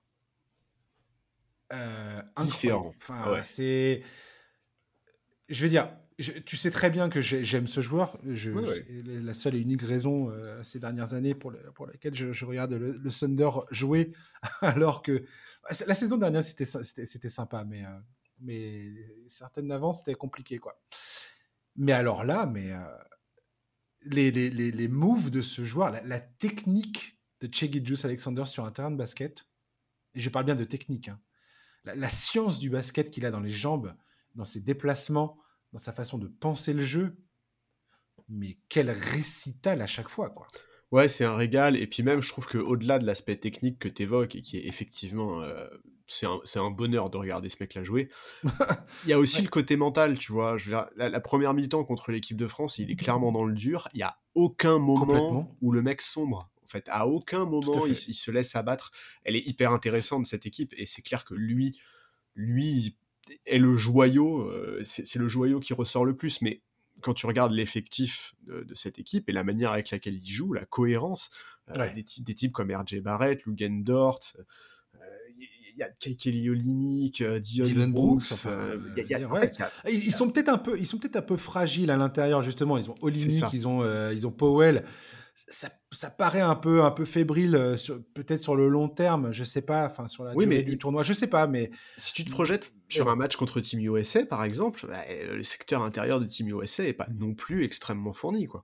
Speaker 1: euh, incroyable.
Speaker 2: Différent. Ah
Speaker 1: Enfin,
Speaker 2: ouais.
Speaker 1: c'est... Je veux dire, je- tu sais très bien que j'ai- j'aime ce joueur. Je,
Speaker 2: Ouais,
Speaker 1: c'est
Speaker 2: ouais.
Speaker 1: la seule et unique raison euh, ces dernières années pour, le- pour laquelle je, je regarde le, le Thunder jouer, alors que la saison dernière c'était c'était c'était sympa, mais euh, mais certaines d'avant c'était compliqué quoi. Mais alors là, mais euh, les, les, les, les moves de ce joueur, la, la technique de Cheikh Alexander sur un terrain de basket, et je parle bien de technique, hein, la, la science du basket qu'il a dans les jambes, dans ses déplacements, dans sa façon de penser le jeu, mais quel récital à chaque fois, quoi.
Speaker 2: Ouais, c'est un régal. Et puis même, je trouve qu'au-delà de l'aspect technique que tu évoques, et qui est effectivement, euh, c'est un, c'est un bonheur de regarder ce mec-là jouer, il y a aussi
Speaker 1: Ouais,
Speaker 2: le côté mental, tu vois. Je veux dire, la, la première mi-temps contre l'équipe de France, il est clairement dans le dur. Il n'y a aucun moment
Speaker 1: complètement,
Speaker 2: où le mec sombre. En fait, à aucun
Speaker 1: tout à
Speaker 2: moment, il,
Speaker 1: fait.
Speaker 2: s- il se laisse abattre. Elle est hyper intéressante, cette équipe. Et c'est clair que lui, lui est le joyau. euh, c'est c'est le joyau qui ressort le plus. Mais quand tu regardes l'effectif de, de cette équipe et la manière avec laquelle il joue, la cohérence, euh,
Speaker 1: Ouais.
Speaker 2: des, ty- des types comme R J Barrett, Lugen Dort, il y a Kelly Olynyk, euh, Dion
Speaker 1: Dylan Brooks,
Speaker 2: Brooks,
Speaker 1: enfin,
Speaker 2: euh, il y
Speaker 1: euh,
Speaker 2: a-
Speaker 1: je
Speaker 2: il
Speaker 1: veux
Speaker 2: y a-
Speaker 1: dire,
Speaker 2: en fait,
Speaker 1: ouais.
Speaker 2: il y a,
Speaker 1: Ils, ils
Speaker 2: il y a-
Speaker 1: sont peut-être un peu, ils sont peut-être un peu fragiles à l'intérieur justement. Ils ont
Speaker 2: c'est
Speaker 1: Olynyk,
Speaker 2: ça.
Speaker 1: ils ont, euh, ils ont Powell. Ça, ça paraît un peu, un peu fébrile, euh, sur- peut-être sur le long terme, je sais pas, enfin sur la
Speaker 2: Oui,
Speaker 1: durée
Speaker 2: mais
Speaker 1: du tournoi, je sais pas, mais,
Speaker 2: si tu te projettes
Speaker 1: mais
Speaker 2: sur un
Speaker 1: bon.
Speaker 2: match contre Team U S A, par exemple, bah, le secteur intérieur de Team U S A est pas non plus extrêmement fourni, quoi.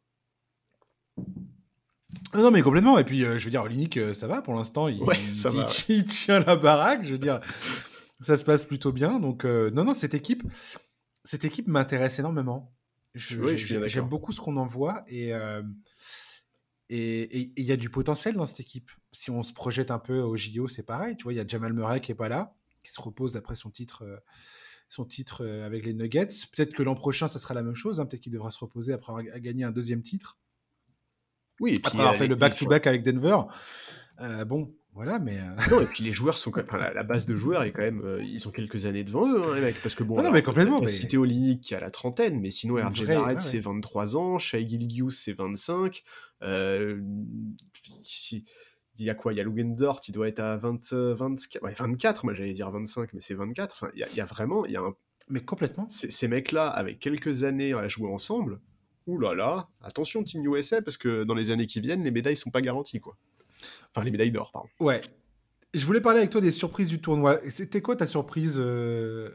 Speaker 1: Non, non, mais complètement. Et puis, euh, je veux dire, Olynyk, euh, ça va pour l'instant, il,
Speaker 2: Ouais,
Speaker 1: il,
Speaker 2: ça va, ouais.
Speaker 1: il tient la baraque. Je veux dire, ça se passe plutôt bien. Donc, euh, non, non, cette équipe, cette équipe m'intéresse énormément.
Speaker 2: Je-
Speaker 1: Je-
Speaker 2: oui, je
Speaker 1: j'ai-
Speaker 2: suis bien
Speaker 1: j'ai- J'aime
Speaker 2: d'accord.
Speaker 1: beaucoup ce qu'on en voit et euh, et et- et il y a du potentiel dans cette équipe. Si on se projette un peu au J O, c'est pareil. Tu vois, il y a Jamal Murray qui est pas là, qui se repose après son titre, euh, son titre euh, avec les Nuggets. Peut-être que l'an prochain, ça sera la même chose, hein. Peut-être qu'il devra se reposer après avoir gagné un deuxième titre,
Speaker 2: Oui, et
Speaker 1: après
Speaker 2: puis
Speaker 1: avoir
Speaker 2: euh,
Speaker 1: fait
Speaker 2: les,
Speaker 1: le
Speaker 2: les- sur,
Speaker 1: back-to-back avec Denver. Euh, bon, voilà, mais... euh,
Speaker 2: Non, et puis les joueurs sont quand même, enfin, la, la base de joueurs est quand même, euh, ils ont quelques années devant eux, hein, les mecs. Parce que bon,
Speaker 1: Non, non, mais
Speaker 2: alors, t'as,
Speaker 1: complètement,
Speaker 2: t'as
Speaker 1: mais
Speaker 2: cité Olynyk qui a la trentaine, mais sinon
Speaker 1: une
Speaker 2: R J
Speaker 1: vraie...
Speaker 2: Barrett
Speaker 1: Ouais,
Speaker 2: c'est
Speaker 1: ouais.
Speaker 2: vingt-trois ans, Shai Gilgeous c'est vingt-cinq. Euh, si- il y a quoi? Il y a Lugendort, il doit être à vingt, vingt-quatre, ouais, vingt-quatre, moi j'allais dire vingt-cinq, mais c'est vingt-quatre. Enfin, il y a, il y a vraiment, il y a un,
Speaker 1: Mais complètement.
Speaker 2: ces, ces mecs-là, avec quelques années à jouer ensemble, ouh là là, attention Team U S A, parce que dans les années qui viennent, les médailles sont pas garanties, quoi. Enfin, les médailles d'or, pardon.
Speaker 1: Ouais. Je voulais parler avec toi des surprises du tournoi. C'était quoi ta surprise, euh,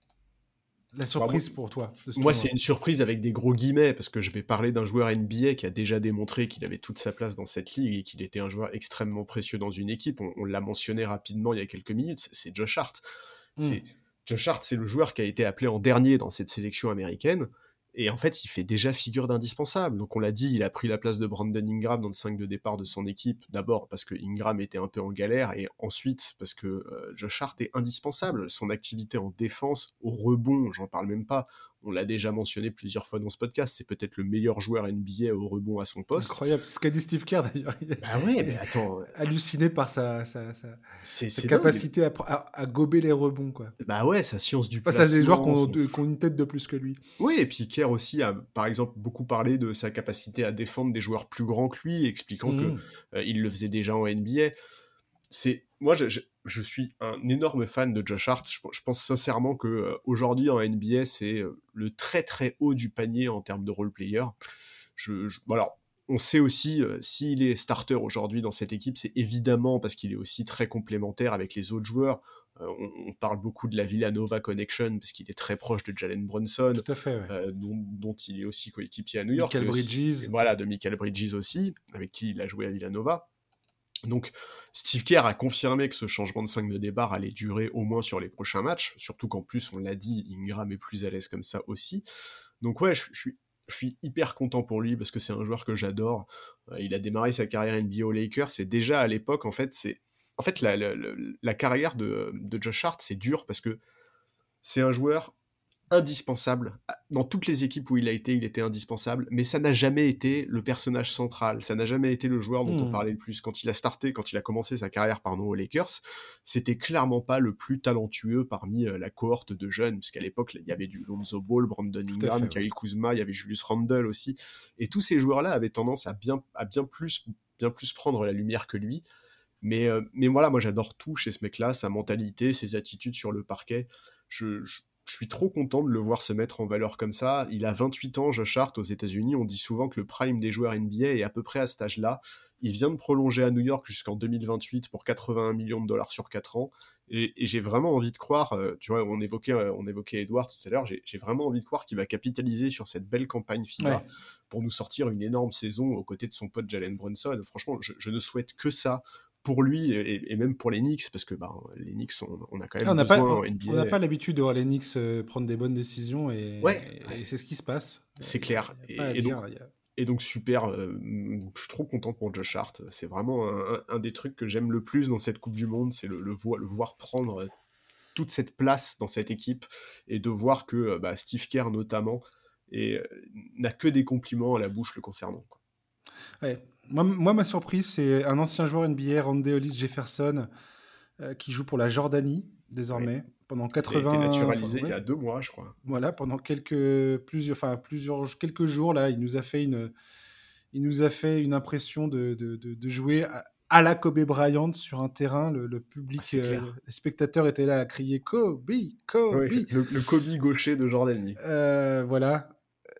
Speaker 1: la
Speaker 2: Bah, moi,
Speaker 1: surprise pour toi de ce
Speaker 2: moi, c'est
Speaker 1: tournoi?
Speaker 2: une surprise avec des gros guillemets, parce que je vais parler d'un joueur N B A qui a déjà démontré qu'il avait toute sa place dans cette ligue et qu'il était un joueur extrêmement précieux dans une équipe. On, on l'a mentionné rapidement il y a quelques minutes, c'est, c'est Josh Hart.
Speaker 1: Hmm.
Speaker 2: C'est, Josh Hart, c'est le joueur qui a été appelé en dernier dans cette sélection américaine, et en fait, il fait déjà figure d'indispensable. Donc on l'a dit, il a pris la place de Brandon Ingram dans le cinq de départ de son équipe, d'abord parce que Ingram était un peu en galère, et ensuite parce que euh, Josh Hart est indispensable. Son activité en défense, au rebond, j'en parle même pas, on l'a déjà mentionné plusieurs fois dans ce podcast, c'est peut-être le meilleur joueur N B A au rebond à son poste.
Speaker 1: Incroyable. C'est ce qu'a dit Steve Kerr d'ailleurs. Il est
Speaker 2: Bah ouais,
Speaker 1: il
Speaker 2: mais
Speaker 1: est
Speaker 2: attends,
Speaker 1: halluciné par sa, sa, sa,
Speaker 2: c'est,
Speaker 1: sa
Speaker 2: c'est dingue.
Speaker 1: capacité à, à, à gober les rebonds, quoi.
Speaker 2: Bah ouais, sa science du
Speaker 1: Face à des joueurs qui
Speaker 2: placement,
Speaker 1: ont,
Speaker 2: son...
Speaker 1: de- qui ont une tête de plus que lui.
Speaker 2: Oui, et puis Kerr aussi a, par exemple, beaucoup parlé de sa capacité à défendre des joueurs plus grands que lui, expliquant que
Speaker 1: Hmm.
Speaker 2: euh, il le faisait déjà en N B A. C'est, moi, je, je, je suis un énorme fan de Josh Hart. Je, je pense sincèrement que euh, aujourd'hui en N B A, c'est euh, le très très haut du panier en termes de role player. Je, je, bon, alors, on sait aussi, euh, s'il est starter aujourd'hui dans cette équipe, c'est évidemment parce qu'il est aussi très complémentaire avec les autres joueurs. Euh, on, on parle beaucoup de la Villanova Connection, parce qu'il est très proche de Jalen Brunson,
Speaker 1: Tout à fait, ouais.
Speaker 2: euh, dont, dont il est aussi coéquipier à New York,
Speaker 1: Michael
Speaker 2: mais aussi, et
Speaker 1: Bridges.
Speaker 2: voilà, de Michael Bridges aussi, avec qui il a joué à Villanova. Donc, Steve Kerr a confirmé que ce changement de cinq de départ allait durer au moins sur les prochains matchs, surtout qu'en plus, on l'a dit, Ingram est plus à l'aise comme ça aussi. Donc ouais, je, je suis je suis hyper content pour lui parce que c'est un joueur que j'adore. Euh, il a démarré sa carrière N B A aux Lakers. C'est déjà à l'époque, en fait, c'est en fait la, la, la, la carrière de, de Josh Hart, c'est dur parce que c'est un joueur indispensable. Dans toutes les équipes où il a été, il était indispensable, mais ça n'a jamais été le personnage central, ça n'a jamais été le joueur dont on
Speaker 1: Hmm.
Speaker 2: parlait le plus. Quand il a starté, quand il a commencé sa carrière pardon, aux Lakers, c'était clairement pas le plus talentueux parmi euh, la cohorte de jeunes, parce qu'à l'époque, il y avait du Lonzo Ball, Brandon
Speaker 1: Tout à
Speaker 2: Ingram,
Speaker 1: fait, ouais.
Speaker 2: Kyle Kuzma, il y avait Julius Randle aussi, et tous ces joueurs-là avaient tendance à bien, à bien, plus, bien plus prendre la lumière que lui. Mais, euh, mais voilà, moi j'adore tout chez ce mec-là, sa mentalité, ses attitudes sur le parquet. Je, je, je suis trop content de le voir se mettre en valeur comme ça. Il a vingt-huit ans, Josh Hart, aux États-Unis. On dit souvent que le prime des joueurs N B A est à peu près à cet âge-là. Il vient de prolonger à New York jusqu'en deux mille vingt-huit pour quatre-vingt-un millions de dollars sur quatre ans. Et, et j'ai vraiment envie de croire, euh, tu vois, on évoquait, euh, on évoquait Edwards tout à l'heure, j'ai, j'ai vraiment envie de croire qu'il va capitaliser sur cette belle campagne FIBA
Speaker 1: Ouais.
Speaker 2: pour nous sortir une énorme saison aux côtés de son pote Jalen Brunson. Franchement, je, je ne souhaite que ça pour lui et, et même pour les Knicks, parce que bah, les Knicks, on, on a quand
Speaker 1: Ah,
Speaker 2: même
Speaker 1: on n'a pas,
Speaker 2: besoin
Speaker 1: on,
Speaker 2: en
Speaker 1: on n'a
Speaker 2: N B A.
Speaker 1: pas l'habitude de voir les Knicks euh, prendre des bonnes décisions
Speaker 2: Ouais,
Speaker 1: et,
Speaker 2: ouais,
Speaker 1: et c'est ce qui se passe.
Speaker 2: c'est
Speaker 1: Il n'y a,
Speaker 2: clair.
Speaker 1: y a pas à
Speaker 2: Et, et donc,
Speaker 1: dire. y a-
Speaker 2: et donc super, euh, je suis trop content pour Josh Hart. C'est vraiment un, un- un des trucs que j'aime le plus dans cette Coupe du Monde, c'est le, le, vo- le voir prendre toute cette place dans cette équipe et de voir que euh, bah, Steve Kerr notamment et, euh, n'a que des compliments à la bouche le concernant, quoi.
Speaker 1: Ouais. Moi, moi, ma surprise, c'est un ancien joueur N B A, Randy Hollis Jefferson, euh, qui joue pour la Jordanie
Speaker 2: Ouais.
Speaker 1: désormais pendant
Speaker 2: Il a été
Speaker 1: quatre-vingts. Enfin,
Speaker 2: naturalisé il y
Speaker 1: ouais,
Speaker 2: a deux mois, je crois.
Speaker 1: voilà, pendant quelques plusieurs, enfin plusieurs quelques jours là, il nous a fait une, il nous a fait une impression de, de, de, de jouer à, à la Kobe Bryant sur un terrain. Le, le
Speaker 2: Ah,
Speaker 1: public,
Speaker 2: c'est
Speaker 1: euh,
Speaker 2: clair.
Speaker 1: les spectateurs étaient là à crier Kobe, Kobe.
Speaker 2: Oui, le, le Kobe gaucher de Jordanie.
Speaker 1: Euh, voilà.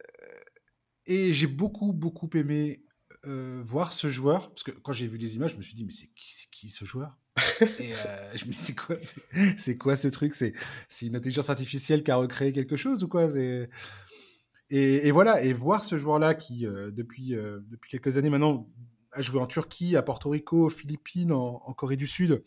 Speaker 1: Et j'ai beaucoup, beaucoup aimé euh, voir ce joueur, parce que quand j'ai vu les images, je me suis dit, mais c'est qui, c'est qui ce joueur? Et euh, je me suis dit, c'est quoi, c'est, c'est quoi ce truc? C'est, c'est une intelligence artificielle qui a recréé quelque chose ou quoi? C'est... Et, et voilà, et voir ce joueur-là qui, euh, depuis, euh, depuis quelques années maintenant, a joué en Turquie, à Porto Rico, aux Philippines, en, en Corée du Sud.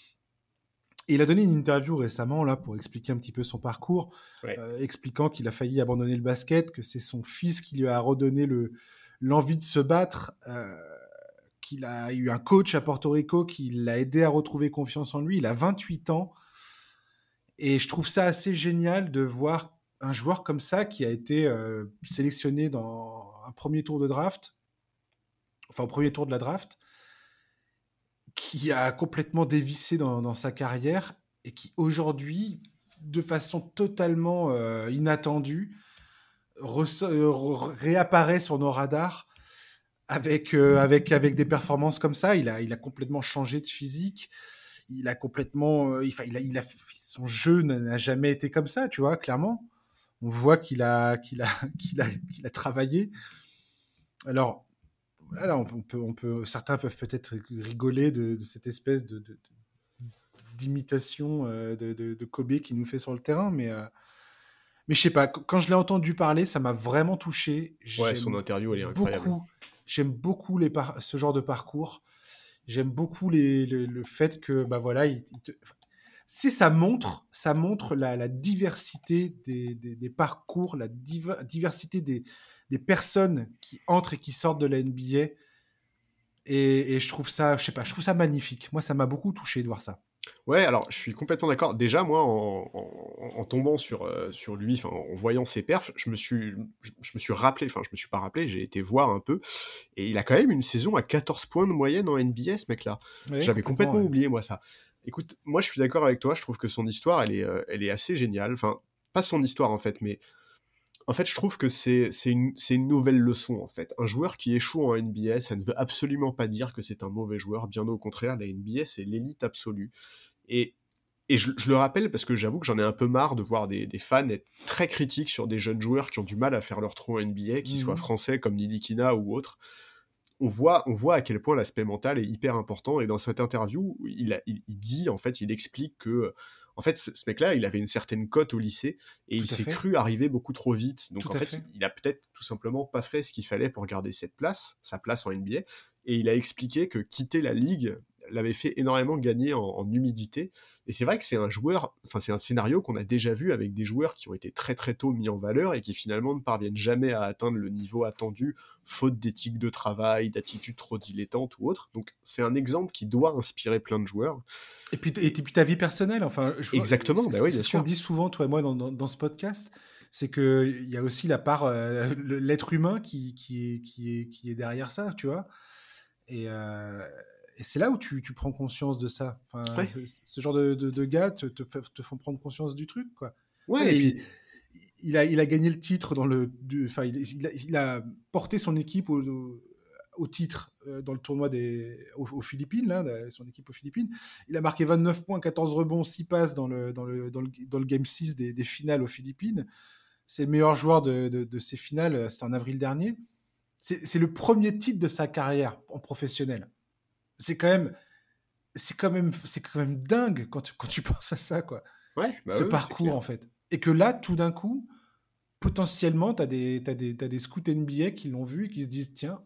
Speaker 1: Et il a donné une interview récemment là pour expliquer un petit peu son parcours,
Speaker 2: Ouais.
Speaker 1: euh, expliquant qu'il a failli abandonner le basket, que c'est son fils qui lui a redonné le, l'envie de se battre, euh, qu'il a eu un coach à Porto Rico qui l'a aidé à retrouver confiance en lui. Il a vingt-huit ans et je trouve ça assez génial de voir un joueur comme ça qui a été euh, sélectionné dans un premier tour de draft, enfin au premier tour de la draft, qui a complètement dévissé dans, dans sa carrière et qui aujourd'hui, de façon totalement euh, inattendue, reço- euh, re- réapparaît sur nos radars avec, euh, avec, avec des performances comme ça. Il a, il a complètement changé de physique. Il a complètement. Euh, il, il a, il a, son jeu n'a jamais été comme ça, tu vois, clairement. On voit qu'il a, qu'il a, qu'il a, qu'il a travaillé. Alors, voilà, on, on peut, on peut, certains peuvent peut-être rigoler de, de cette espèce de, de, d'imitation euh, de, de, de Kobe qui nous fait sur le terrain, mais, euh, mais je sais pas, quand je l'ai entendu parler, ça m'a vraiment touché.
Speaker 2: Ouais, son
Speaker 1: J'aime
Speaker 2: interview, elle est incroyable.
Speaker 1: beaucoup, j'aime beaucoup les par- ce genre de parcours. J'aime beaucoup les, le, le fait que, bah voilà, il, il te... si ça montre, ça montre la, la diversité des, des, des parcours, la div- diversité des, des personnes qui entrent et qui sortent de la N B A. Et, et je trouve ça, je sais pas, je trouve ça magnifique. Moi, ça m'a beaucoup touché de voir ça.
Speaker 2: Ouais, alors je suis complètement d'accord. Déjà, moi, en, en- en tombant sur, euh, sur lui, enfin, en voyant ses perfs, je me suis, je, je me suis rappelé, enfin, je me suis pas rappelé, j'ai été voir un peu, et il a quand même une saison à quatorze points de moyenne en N B A, ce mec-là.
Speaker 1: Oui,
Speaker 2: J'avais
Speaker 1: complètement.
Speaker 2: complètement
Speaker 1: Ouais.
Speaker 2: oublié, moi, ça. Écoute, moi, je suis d'accord avec toi, je trouve que son histoire, elle est, euh, elle est assez géniale. Enfin, pas son histoire, en fait, mais en fait, je trouve que c'est c'est une, c'est une nouvelle leçon, en fait. Un joueur qui échoue en N B A, ça ne veut absolument pas dire que c'est un mauvais joueur, bien au contraire, la N B A, c'est l'élite absolue. Et et je, je le rappelle parce que j'avoue que j'en ai un peu marre de voir des, des fans être très critiques sur des jeunes joueurs qui ont du mal à faire leur trou en N B A, qu'ils soient
Speaker 1: Mhm.
Speaker 2: français comme Nilikina ou autres. On voit, on voit à quel point l'aspect mental est hyper important. Et dans cette interview, il, a- il, il dit, en fait, il explique que, en fait, ce, ce mec-là, il avait une certaine cote au lycée et
Speaker 1: Tout
Speaker 2: il
Speaker 1: à
Speaker 2: s'est
Speaker 1: fait.
Speaker 2: cru arriver beaucoup trop vite.
Speaker 1: Tout
Speaker 2: Donc, en
Speaker 1: à
Speaker 2: fait,
Speaker 1: fait.
Speaker 2: il, il a peut-être tout simplement pas fait ce qu'il fallait pour garder cette place, sa place en N B A. Et il a expliqué que quitter la ligue l'avait fait énormément gagner en, en humidité. Et c'est vrai que c'est un joueur, enfin c'est un scénario qu'on a déjà vu avec des joueurs qui ont été très très tôt mis en valeur et qui finalement ne parviennent jamais à atteindre le niveau attendu, faute d'éthique de travail, d'attitude trop dilettante ou autre. Donc c'est un exemple qui doit inspirer plein de joueurs.
Speaker 1: Et puis, et puis ta vie personnelle, enfin, je vois,
Speaker 2: Exactement,
Speaker 1: c'est
Speaker 2: bah oui,
Speaker 1: c'est
Speaker 2: bien
Speaker 1: ce qu'on
Speaker 2: sûr.
Speaker 1: dit souvent, toi et moi, dans, dans, dans ce podcast, c'est qu'il y a aussi la part, euh, le- l'être humain qui, qui, est, qui, est, qui est derrière ça, tu vois. Et, euh, et c'est là où tu, tu prends conscience de ça. Enfin,
Speaker 2: Ouais,
Speaker 1: ce genre de, de, de gars te, te, f- te font prendre conscience du truc, quoi.
Speaker 2: ouais,
Speaker 1: Ouais,
Speaker 2: et
Speaker 1: il,
Speaker 2: puis
Speaker 1: il a, il a gagné le titre dans le, du- enfin, il, il a, il a porté son équipe au, au, au titre euh, dans le tournoi des, aux, aux Philippines, là, son équipe aux Philippines. Il a marqué vingt-neuf points, quatorze rebonds, six passes dans le, dans le, dans le, dans le game six des, des finales aux Philippines. C'est le meilleur joueur de, de, de ces finales, c'était en avril dernier. C'est c'est le premier titre de sa carrière en professionnel. C'est quand même, c'est quand même, c'est quand même dingue quand tu, quand tu penses à ça, quoi.
Speaker 2: ouais, bah
Speaker 1: Ce
Speaker 2: oui, c'est
Speaker 1: parcours,
Speaker 2: clair.
Speaker 1: en fait. Et que là, tout d'un coup, potentiellement, tu as des, t'as des, t'as des scouts N B A qui l'ont vu et qui se disent, tiens,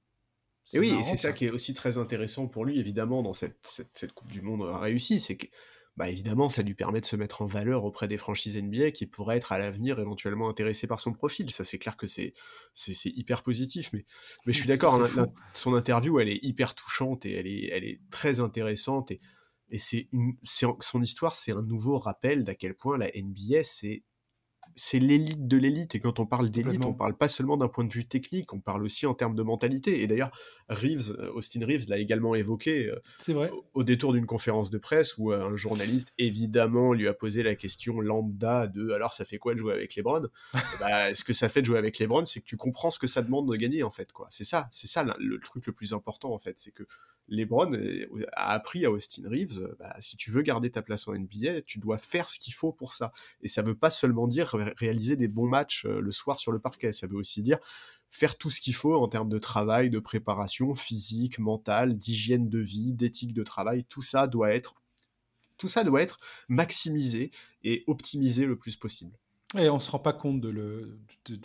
Speaker 2: Et
Speaker 1: c'est
Speaker 2: oui, et
Speaker 1: marrant
Speaker 2: c'est ça
Speaker 1: ça.
Speaker 2: qui est aussi très intéressant pour lui, évidemment, dans cette, cette, cette Coupe du Monde réussie, c'est que, bah, évidemment, ça lui permet de se mettre en valeur auprès des franchises N B A qui pourraient être à l'avenir éventuellement intéressées par son profil. Ça, c'est clair que c'est, c'est, c'est hyper positif, mais, mais je suis
Speaker 1: Ce
Speaker 2: d'accord,
Speaker 1: serait
Speaker 2: hein, la-
Speaker 1: fou.
Speaker 2: son interview, elle est hyper touchante et elle est, elle est très intéressante et, et c'est une, c'est, son histoire, c'est un nouveau rappel d'à quel point la N B A, c'est c'est l'élite de l'élite. Et quand on parle d'élite, on
Speaker 1: Complètement.
Speaker 2: parle pas seulement d'un point de vue technique, on parle aussi en termes de mentalité. Et d'ailleurs, Reeves, euh, Austin Reeves l'a également évoqué euh,
Speaker 1: C'est vrai.
Speaker 2: au, au détour d'une conférence de presse où euh, un journaliste, évidemment, lui a posé la question lambda de alors ça fait quoi de jouer avec LeBron. Et bah, ce que ça fait de jouer avec LeBron, c'est que tu comprends ce que ça demande de gagner en fait, quoi. C'est ça, c'est ça le, le truc le plus important en fait, c'est que LeBron a appris à Austin Reeves, bah, si tu veux garder ta place en N B A, tu dois faire ce qu'il faut pour ça. Et ça veut pas seulement dire ré- réaliser des bons matchs euh, le soir sur le parquet, ça veut aussi dire faire tout ce qu'il faut en termes de travail, de préparation physique, mentale, d'hygiène de vie, d'éthique de travail, tout ça doit être tout ça doit être maximisé et optimisé le plus possible.
Speaker 1: Et on se rend pas compte de, le, de,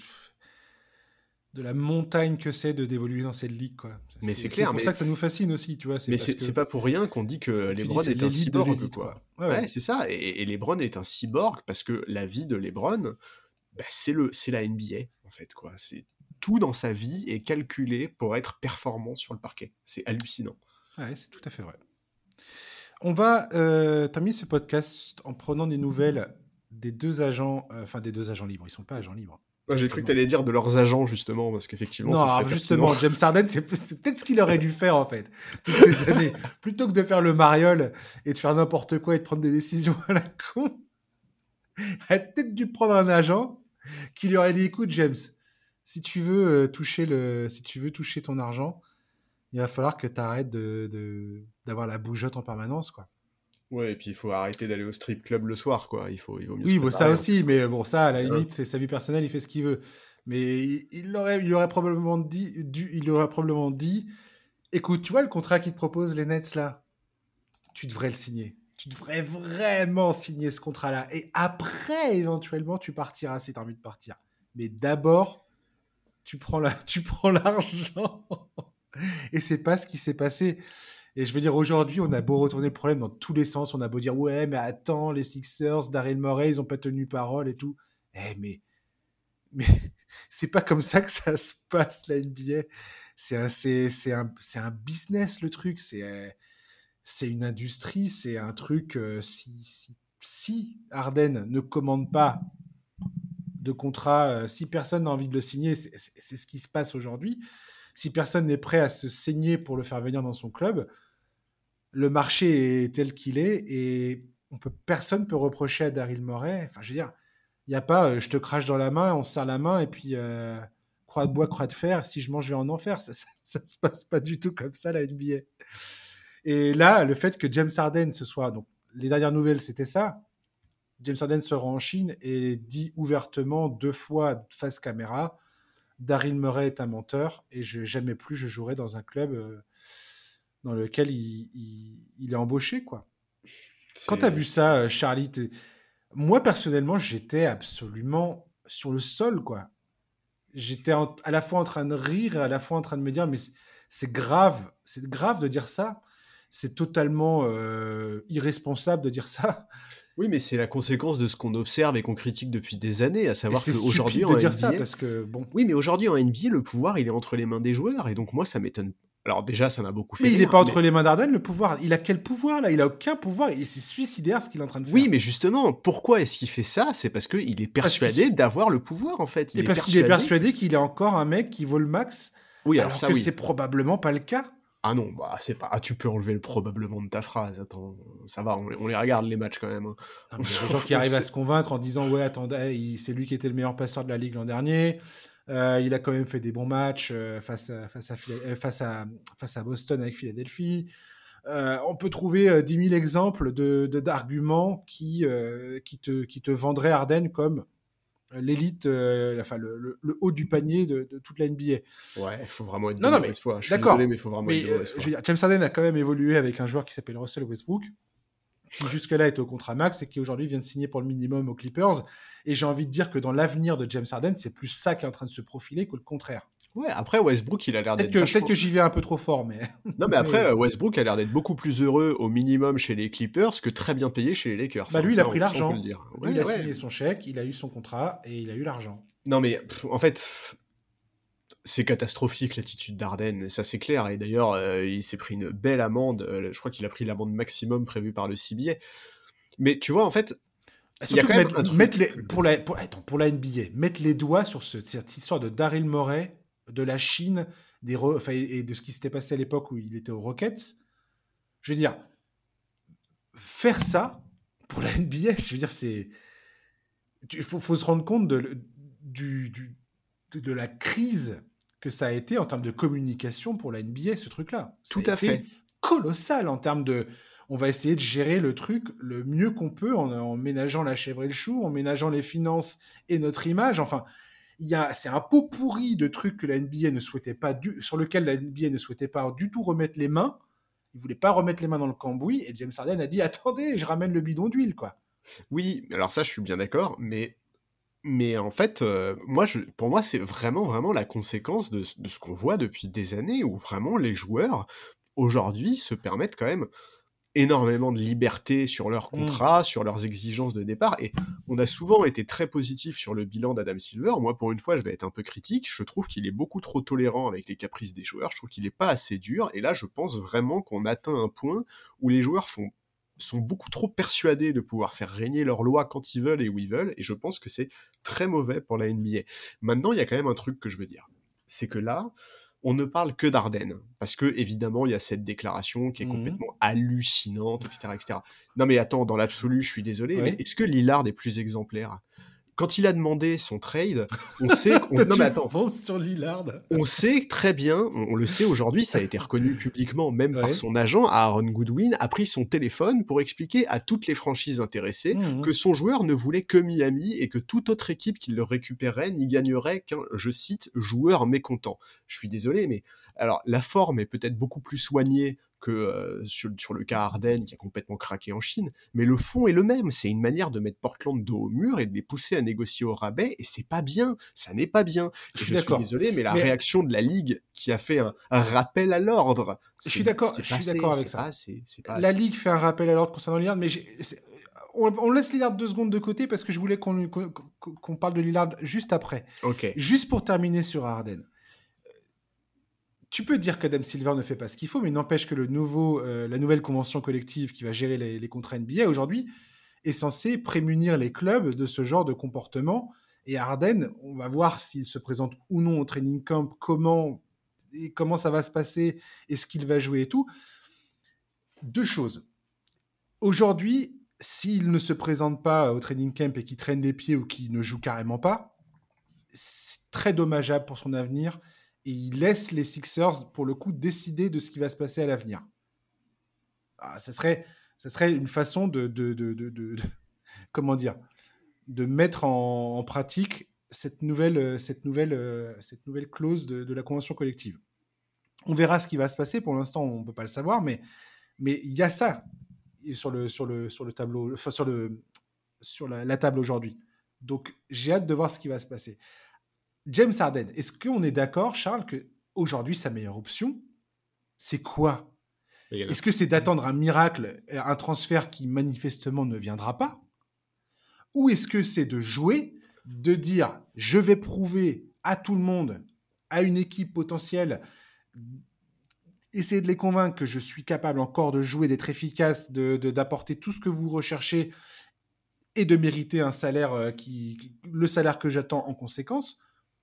Speaker 1: de la montagne que c'est de d'évoluer dans cette ligue, quoi.
Speaker 2: Mais
Speaker 1: C'est
Speaker 2: c'est
Speaker 1: c'est
Speaker 2: clair,
Speaker 1: pour ça
Speaker 2: mais
Speaker 1: que ça nous fascine aussi, tu vois. C'est
Speaker 2: Mais
Speaker 1: parce
Speaker 2: c'est c'est
Speaker 1: que,
Speaker 2: pas pour rien qu'on dit que
Speaker 1: comme tu dis,
Speaker 2: LeBron
Speaker 1: c'est
Speaker 2: est un
Speaker 1: l'élite de
Speaker 2: cyborg,
Speaker 1: l'élite,
Speaker 2: quoi.
Speaker 1: quoi. Ouais,
Speaker 2: Ouais,
Speaker 1: ouais.
Speaker 2: c'est ça. Et, et LeBron est un cyborg parce que la vie de LeBron, bah, c'est le, c'est la N B A, en fait, quoi. C'est tout dans sa vie est calculé pour être performant sur le parquet. C'est hallucinant.
Speaker 1: Ouais, c'est tout à fait vrai. On va euh, terminer ce podcast en prenant des nouvelles des deux agents, euh, enfin des deux agents libres. Ils sont pas agents libres.
Speaker 2: Ouais, j'ai cru que t'allais dire de leurs agents, justement, parce qu'effectivement,
Speaker 1: Non,
Speaker 2: ce serait
Speaker 1: alors
Speaker 2: pertinent.
Speaker 1: justement, James Harden, c'est, c'est peut-être ce qu'il aurait dû faire, en fait, toutes ces années. Plutôt que de faire le mariole et de faire n'importe quoi et de prendre des décisions à la con, il aurait peut-être dû prendre un agent qui lui aurait dit, écoute, James, si tu veux euh, toucher le, si tu veux toucher ton argent, il va falloir que tu arrêtes de, de, d'avoir la bougeotte en permanence, quoi.
Speaker 2: Ouais, et puis il faut arrêter d'aller au strip club le soir, quoi. Il faut, il vaut mieux se
Speaker 1: Oui, bon, ça
Speaker 2: préparer, en fait.
Speaker 1: aussi, mais bon, ça, à la
Speaker 2: Hein.
Speaker 1: limite, c'est sa vie personnelle, il fait ce qu'il veut. Mais il, il aurait, il aurait probablement dit, dû, il aurait probablement dit, écoute, tu vois le contrat qu'ils te proposent, les Nets, là, tu devrais le signer. Tu devrais vraiment signer ce contrat-là. Et après, éventuellement, tu partiras si tu as envie de partir. Mais d'abord, tu prends la, tu prends l'argent. Et c'est pas ce qui s'est passé. Et je veux dire, aujourd'hui, on a beau retourner le problème dans tous les sens. On a beau dire, ouais, mais attends, les Sixers, Daryl Morey, ils ont pas tenu parole et tout. Eh, mais, mais c'est pas comme ça que ça se passe, la N B A. C'est un, c'est, c'est un, c'est un business, le truc. C'est, euh, c'est une industrie, c'est un truc. Euh, si, si, si Harden ne commande pas de contrat, euh, si personne n'a envie de le signer, c'est, c'est, c'est ce qui se passe aujourd'hui. Si personne n'est prêt à se saigner pour le faire venir dans son club, le marché est tel qu'il est et on peut, personne ne peut reprocher à Daryl Morey. Enfin, je veux dire, il n'y a pas euh, je te crache dans la main, on se serre la main et puis euh, croix de bois, croix de fer, si je mange, je vais en enfer. Ça, ça, ça se passe pas du tout comme ça, la N B A. Et là, le fait que James Harden ce soit. Donc, les dernières nouvelles, c'était ça. James Harden se rend en Chine et dit ouvertement deux fois face caméra Daryl Morey est un menteur et je, jamais plus je jouerai dans un club euh, dans lequel il, il, il est embauché, quoi. Quand tu as
Speaker 2: C'est...
Speaker 1: vu ça, euh, Charlie, t'es- moi personnellement, j'étais absolument sur le sol, quoi. J'étais en- à la fois en train de rire et à la fois en train de me dire, mais c'est c'est grave, c'est grave de dire ça. C'est totalement euh, irresponsable de dire ça.
Speaker 2: Oui, mais c'est la conséquence de ce qu'on observe et qu'on critique depuis des années, à
Speaker 1: Et
Speaker 2: savoir
Speaker 1: c'est
Speaker 2: qu'aujourd'hui
Speaker 1: stupide
Speaker 2: en
Speaker 1: de dire ça
Speaker 2: N B A,
Speaker 1: parce que, bon.
Speaker 2: oui, mais aujourd'hui en N B A, le pouvoir, il est entre les mains des joueurs, et donc moi, ça m'étonne. Alors déjà, ça m'a beaucoup fait
Speaker 1: Mais il n'est
Speaker 2: rire,
Speaker 1: pas
Speaker 2: mais
Speaker 1: entre les mains d'Arden, le pouvoir. Il a quel pouvoir, là? Il a aucun pouvoir. Et c'est suicidaire ce qu'il est en train de
Speaker 2: oui,
Speaker 1: faire.
Speaker 2: mais justement, pourquoi est-ce qu'il fait ça? C'est parce qu'il est
Speaker 1: Parce qu'il
Speaker 2: persuadé d'avoir le pouvoir, en fait.
Speaker 1: Et
Speaker 2: Il est
Speaker 1: parce qu'il est
Speaker 2: persuadé.
Speaker 1: persuadé qu'il est encore un mec qui vaut le max,
Speaker 2: Oui, alors
Speaker 1: alors
Speaker 2: ça,
Speaker 1: que c'est
Speaker 2: oui.
Speaker 1: probablement pas le cas.
Speaker 2: Ah non, bah c'est pas. Ah, tu peux enlever le probablement de ta phrase. Attends, ça va, on, on les regarde les matchs quand même. Hein.
Speaker 1: Non,
Speaker 2: On,
Speaker 1: mais il y a des gens qui
Speaker 2: on
Speaker 1: arrivent à
Speaker 2: sait-
Speaker 1: se convaincre en disant ouais, attendez, il- c'est lui qui était le meilleur passeur de la ligue l'an dernier. Euh, il a quand même fait des bons matchs euh, face, à, face, à, Phila- euh, face, à, face à Boston avec Philadelphie. Euh, on peut trouver euh, dix mille exemples de, de- d'arguments qui, euh, qui, te, qui te vendraient Harden comme l'élite, euh, enfin le, le- le haut du panier de, de toute la N B A.
Speaker 2: Ouais, il faut vraiment être de
Speaker 1: Non, non, mais
Speaker 2: mauvaise foi. Je suis désolé, mais
Speaker 1: d'accord.
Speaker 2: il faut vraiment être
Speaker 1: Mais
Speaker 2: de
Speaker 1: euh,
Speaker 2: mauvaise
Speaker 1: je
Speaker 2: foi.
Speaker 1: veux dire, James Harden a quand même évolué avec un joueur qui s'appelle Russell Westbrook, qui jusque-là était au contrat max et qui aujourd'hui vient de signer pour le minimum aux Clippers. Et j'ai envie de dire que dans l'avenir de James Harden, c'est plus ça qui est en train de se profiler que le contraire.
Speaker 2: Ouais, après Westbrook, il a l'air
Speaker 1: Peut-être
Speaker 2: d'être
Speaker 1: que, peut-être
Speaker 2: vachement.
Speaker 1: que j'y vais un peu trop fort, mais.
Speaker 2: Non, mais après,
Speaker 1: mais
Speaker 2: euh, Westbrook a l'air d'être beaucoup plus heureux au minimum chez les Clippers que très bien payé chez les Lakers.
Speaker 1: bah
Speaker 2: Hein.
Speaker 1: lui, il a
Speaker 2: Ça,
Speaker 1: pris
Speaker 2: on, ça, on peut le
Speaker 1: l'argent.
Speaker 2: dire.
Speaker 1: Lui, il
Speaker 2: Ouais,
Speaker 1: a
Speaker 2: ouais.
Speaker 1: signé son chèque, il a eu son contrat et il a eu l'argent.
Speaker 2: Non, mais pff, en fait, pff, c'est catastrophique l'attitude d'Arden, ça c'est clair. Et d'ailleurs, euh, il s'est pris une belle amende. euh, je crois qu'il a pris l'amende maximum prévue par le C B A. Mais tu vois, en fait,
Speaker 1: Et
Speaker 2: il y a
Speaker 1: surtout
Speaker 2: quand
Speaker 1: que
Speaker 2: même
Speaker 1: mettre,
Speaker 2: un
Speaker 1: mettre
Speaker 2: truc.
Speaker 1: les, pour, la, pour, attends, pour la N B A, mettre les doigts sur ce, cette histoire de Daryl Morey, de la Chine, des re, enfin, et de ce qui s'était passé à l'époque où il était aux Rockets. Je veux dire, faire ça pour la N B A, je veux dire, c'est. Il faut, faut se rendre compte de, du, du, de, de la crise que ça a été en termes de communication pour la N B A, ce truc-là. Ça a
Speaker 2: Tout à
Speaker 1: été
Speaker 2: fait.
Speaker 1: colossal en termes de. On va essayer de gérer le truc le mieux qu'on peut en, en ménageant la chèvre et le chou, en ménageant les finances et notre image. Enfin, il y a, c'est un pot pourri de trucs que la N B A ne souhaitait pas du, sur lequel la N B A ne souhaitait pas du tout remettre les mains. Il voulait pas remettre les mains dans le cambouis et James Harden a dit attendez, je ramène le bidon d'huile, quoi.
Speaker 2: Oui, alors ça, je suis bien d'accord, mais Mais en fait, heu, moi je pour moi, c'est vraiment, vraiment la conséquence de ce de ce qu'on voit depuis des années où vraiment les joueurs, aujourd'hui, se permettent quand même énormément de liberté sur leurs
Speaker 1: Mm.
Speaker 2: contrats, sur leurs exigences de départ et on a souvent été très positif sur le bilan d'Adam Silver. Moi, pour une fois, je vais être un peu critique. Je trouve qu'il est beaucoup trop tolérant avec les caprices des joueurs. Je trouve qu'il est pas assez dur et là, je pense vraiment qu'on atteint un point où les joueurs font sont beaucoup trop persuadés de pouvoir faire régner leurs lois quand ils veulent et où ils veulent, et je pense que c'est très mauvais pour la N B A. Maintenant, il y a quand même un truc que je veux dire. C'est que là, on ne parle que d'Harden, parce que, évidemment, il y a cette déclaration qui est
Speaker 1: Mhm.
Speaker 2: complètement hallucinante, et cetera, et cetera. Non mais attends, dans l'absolu, je suis désolé, mais
Speaker 1: Oui.
Speaker 2: est-ce que Lillard est plus exemplaire ? Quand il a demandé son trade, on sait... qu'on-
Speaker 1: Toi,
Speaker 2: non
Speaker 1: tu
Speaker 2: mais attends,
Speaker 1: fonces sur Lillard.
Speaker 2: on sait très bien, on, on le sait aujourd'hui, ça a été reconnu publiquement, même par
Speaker 1: Ouais.
Speaker 2: son agent, Aaron Goodwin a pris son téléphone pour expliquer à toutes les franchises intéressées
Speaker 1: Mhm.
Speaker 2: que son joueur ne voulait que Miami et que toute autre équipe qui le récupérait n'y gagnerait qu'un, je cite, joueur mécontent. Je suis désolé, mais alors la forme est peut-être beaucoup plus soignée que euh, sur, sur le cas Harden qui a complètement craqué en Chine, mais le fond est le même, c'est une manière de mettre Portland dos au mur et de les pousser à négocier au rabais, et c'est pas bien, ça n'est pas bien.
Speaker 1: Je
Speaker 2: Et
Speaker 1: suis
Speaker 2: je suis
Speaker 1: d'accord.
Speaker 2: désolé, mais la
Speaker 1: Mais
Speaker 2: réaction de la Ligue qui a fait un, un rappel à l'ordre,
Speaker 1: je suis
Speaker 2: c'est,
Speaker 1: d'accord,
Speaker 2: c'est
Speaker 1: je
Speaker 2: pas
Speaker 1: suis
Speaker 2: assez,
Speaker 1: d'accord avec
Speaker 2: c'est
Speaker 1: ça.
Speaker 2: pas assez, c'est pas
Speaker 1: La
Speaker 2: assez.
Speaker 1: Ligue fait un rappel à l'ordre concernant Lillard, mais j'ai- c'est- on, on laisse Lillard deux secondes de côté parce que je voulais qu'on, qu'on, qu'on parle de Lillard juste après.
Speaker 2: Ok.
Speaker 1: Juste pour terminer sur Harden. Tu peux dire qu'Adam Silver ne fait pas ce qu'il faut, mais il n'empêche que le nouveau, euh, la nouvelle convention collective qui va gérer les, les contrats N B A aujourd'hui est censée prémunir les clubs de ce genre de comportement. Et Harden, on va voir s'il se présente ou non au training camp, comment, et comment ça va se passer, et ce qu'il va jouer et tout. Deux choses. Aujourd'hui, s'il ne se présente pas au training camp et qu'il traîne des pieds ou qu'il ne joue carrément pas, c'est très dommageable pour son avenir et il laisse les Sixers, pour le coup, décider de ce qui va se passer à l'avenir. Ah, ça serait, ça serait une façon de, de, de, de, de, de comment dire, de mettre en, en pratique cette nouvelle, cette nouvelle, cette nouvelle clause de, de la convention collective. On verra ce qui va se passer. Pour l'instant, on ne peut pas le savoir, mais mais il y a ça sur le, sur le, sur le tableau, enfin, sur, le, sur la, la table aujourd'hui. Donc, j'ai hâte de voir ce qui va se passer. James Harden, est-ce qu'on est d'accord, Charles, qu'aujourd'hui, sa meilleure option, c'est quoi ? Est-ce que c'est d'attendre un miracle, un transfert qui manifestement ne viendra pas ? Ou est-ce que c'est de jouer, de dire « je vais prouver à tout le monde, à une équipe potentielle, essayer de les convaincre que je suis capable encore de jouer, d'être efficace, de, de, d'apporter tout ce que vous recherchez et de mériter un salaire qui, le salaire que j'attends en conséquence »,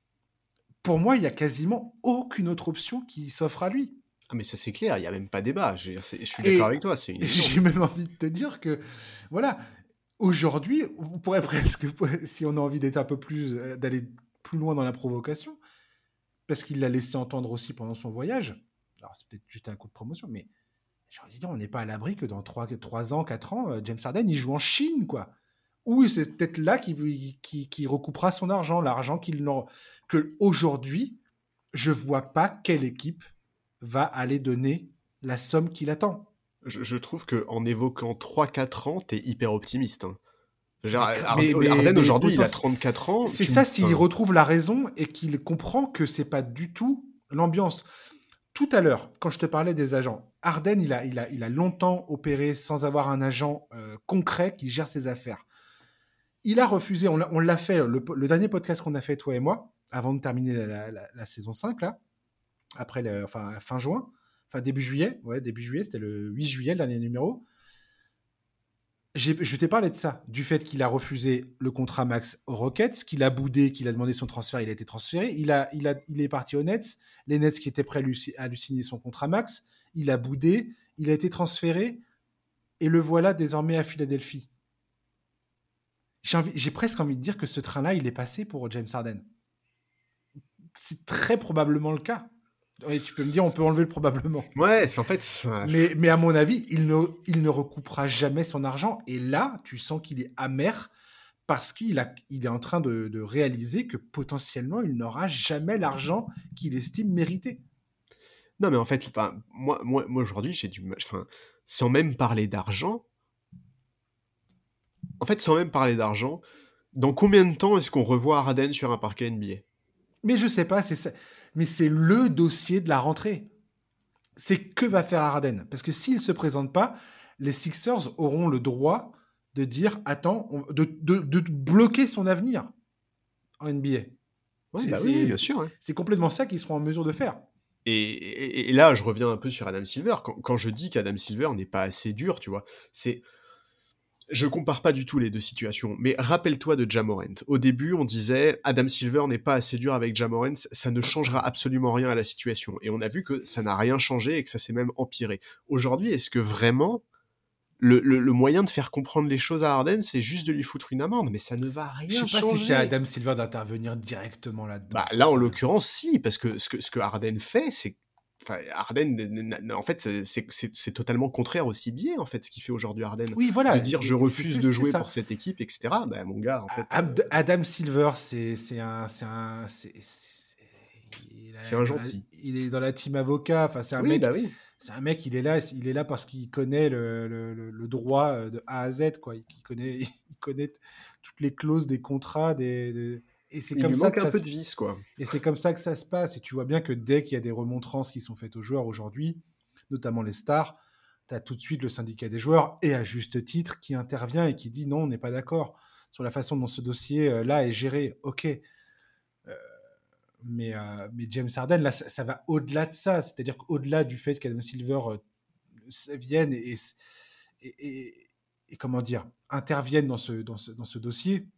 Speaker 1: pour moi, il n'y a quasiment aucune autre option qui s'offre à lui.
Speaker 2: Ah mais ça c'est clair, il n'y a même pas débat, je, veux dire, c'est, je suis d'accord
Speaker 1: Et
Speaker 2: avec toi, c'est une
Speaker 1: j'ai même envie de te dire que, voilà, aujourd'hui, on pourrait presque, si on a envie d'être un peu plus, d'aller plus loin dans la provocation, parce qu'il l'a laissé entendre aussi pendant son voyage, alors c'est peut-être juste un coup de promotion, mais j'ai envie de dire, on n'est pas à l'abri que dans trois ans, quatre ans, James Harden, il joue en Chine, quoi. Ou c'est peut-être là qu'il, qu'il, qu'il recoupera son argent, l'argent qu'il n'aura... Que aujourd'hui, je vois pas quelle équipe va aller donner la somme qu'il attend.
Speaker 2: Je, je trouve qu'en évoquant trois quatre ans, t'es hyper optimiste. Hein. Genre,
Speaker 1: Mais, mais,
Speaker 2: Harden
Speaker 1: mais,
Speaker 2: aujourd'hui,
Speaker 1: mais
Speaker 2: il a trente-quatre ans.
Speaker 1: C'est
Speaker 2: tu
Speaker 1: ça
Speaker 2: me...
Speaker 1: s'il
Speaker 2: enfin...
Speaker 1: retrouve la raison et qu'il comprend que c'est pas du tout l'ambiance. Tout à l'heure, quand je te parlais des agents, Harden, il a, il a, il a longtemps opéré sans avoir un agent euh, concret qui gère ses affaires. Il a refusé, on l'a, on l'a fait, le, le dernier podcast qu'on a fait, toi et moi, avant de terminer la, la, la, la saison cinq, là, après le, enfin, fin juin, enfin début juillet, ouais, début juillet, c'était le huit juillet, le dernier numéro. J'ai, je t'ai parlé de ça, du fait qu'il a refusé le contrat max aux Rockets, qu'il a boudé, qu'il a demandé son transfert, il a été transféré, il, a, il, a, il est parti aux Nets, les Nets qui étaient prêts à lui, à lui signer son contrat max, il a boudé, il a été transféré, et le voilà désormais à Philadelphie. J'ai, envie, j'ai presque envie de dire que ce train-là, il est passé pour James Harden. C'est très probablement le cas. Et tu peux me dire, on peut enlever le probablement.
Speaker 2: Ouais, c'est en fait...
Speaker 1: Mais, mais à mon avis, il ne, il ne recoupera jamais son argent. Et là, tu sens qu'il est amer parce qu'il a, il est en train de, de réaliser que potentiellement, il n'aura jamais l'argent qu'il estime mériter.
Speaker 2: Non, mais en fait, enfin, moi, moi, moi aujourd'hui, j'ai du mal... Enfin, sans même parler d'argent... En fait, sans même parler d'argent, dans combien de temps est-ce qu'on revoit Harden sur un parquet N B A ?
Speaker 1: Mais je sais pas, c'est ça. Mais c'est le dossier de la rentrée. C'est que va faire Harden. Parce que s'il ne se présente pas, les Sixers auront le droit de dire, attends, on, de, de, de bloquer son avenir en N B A.
Speaker 2: Ouais,
Speaker 1: c'est,
Speaker 2: bah
Speaker 1: c'est,
Speaker 2: oui, bien sûr. Ouais.
Speaker 1: C'est complètement ça qu'ils seront en mesure de faire.
Speaker 2: Et, et, et là, je reviens un peu sur Adam Silver. Quand, quand je dis qu'Adam Silver n'est pas assez dur, tu vois, c'est... Je compare pas du tout les deux situations, mais rappelle-toi de Ja Morant. Au début, on disait Adam Silver n'est pas assez dur avec Ja Morant, ça ne changera absolument rien à la situation. Et on a vu que ça n'a rien changé et que ça s'est même empiré. Aujourd'hui, est-ce que vraiment le, le, le moyen de faire comprendre les choses à Harden, c'est juste de lui foutre une amende? Mais ça ne va
Speaker 1: Je
Speaker 2: rien
Speaker 1: sais pas si c'est à
Speaker 2: changer.
Speaker 1: Adam Silver d'intervenir directement là-dedans.
Speaker 2: Bah
Speaker 1: J'en
Speaker 2: là, en
Speaker 1: sais rien.
Speaker 2: l'occurrence, si, parce que ce que, ce que Harden fait, c'est Enfin, Harden, n- n- en fait, c'est- c'est c'est totalement contraire au C B A, en fait, ce qu'il fait aujourd'hui Harden.
Speaker 1: Oui,
Speaker 2: De
Speaker 1: voilà,
Speaker 2: dire je
Speaker 1: et- et c'est
Speaker 2: refuse
Speaker 1: c'est-
Speaker 2: de
Speaker 1: c'est
Speaker 2: jouer
Speaker 1: ça.
Speaker 2: pour cette équipe, et cetera. Bah, mon gars, en fait, euh,
Speaker 1: Ad- Adam Silver, c'est c'est un, c'est un, c'est, c'est- il,
Speaker 2: c'est
Speaker 1: est
Speaker 2: un
Speaker 1: dans la,
Speaker 2: gentil.
Speaker 1: il est dans la team avocat. Enfin, c'est un
Speaker 2: Oui,
Speaker 1: mec,
Speaker 2: bah oui.
Speaker 1: c'est un mec. Il est là, il est là parce qu'il connaît le, le, le- le droit euh, de A à Z, quoi. Il connaît, il connaît t- toutes les clauses des contrats, des, de- et c'est
Speaker 2: Il
Speaker 1: comme
Speaker 2: lui
Speaker 1: ça
Speaker 2: manque
Speaker 1: que
Speaker 2: un
Speaker 1: ça
Speaker 2: peu
Speaker 1: se,
Speaker 2: de vice, quoi.
Speaker 1: et c'est comme ça que ça se passe. Et tu vois bien que dès qu'il y a des remontrances qui sont faites aux joueurs aujourd'hui, notamment les stars, tu as tout de suite le syndicat des joueurs, et à juste titre, qui intervient et qui dit non, on n'est pas d'accord sur la façon dont ce dossier-là est géré. Ok, mais, euh, mais James Harden, là, ça, ça va au-delà de ça. C'est-à-dire qu'au-delà du fait qu'Adam Silver euh, vienne et, et, et, et, comment dire, intervienne dans ce, dans ce, dans ce dossier.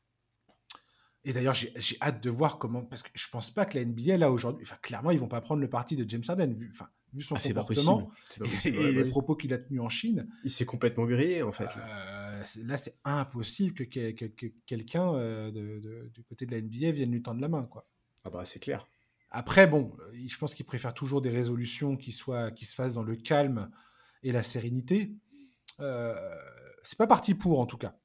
Speaker 1: Et d'ailleurs, j'ai, j'ai hâte de voir comment. Parce que je pense pas que la N B A, là, aujourd'hui. Enfin, clairement, ils vont pas prendre le parti de James Harden, vu, enfin, vu son
Speaker 2: Ah, c'est pas possible.
Speaker 1: comportement
Speaker 2: C'est pas
Speaker 1: et,
Speaker 2: possible, ouais,
Speaker 1: et
Speaker 2: bah
Speaker 1: les
Speaker 2: oui.
Speaker 1: propos qu'il a tenus en Chine.
Speaker 2: Il s'est complètement grillé, en fait, là.
Speaker 1: Euh, c'est- là, c'est impossible que, que, que, que quelqu'un euh, de, de, du côté de la N B A vienne lui tendre la main, quoi.
Speaker 2: Ah bah, c'est clair.
Speaker 1: Après, bon, euh, je pense qu'il préfère toujours des résolutions qui, soient, qui se fassent dans le calme et la sérénité. Euh, c'est pas parti pour, en tout cas.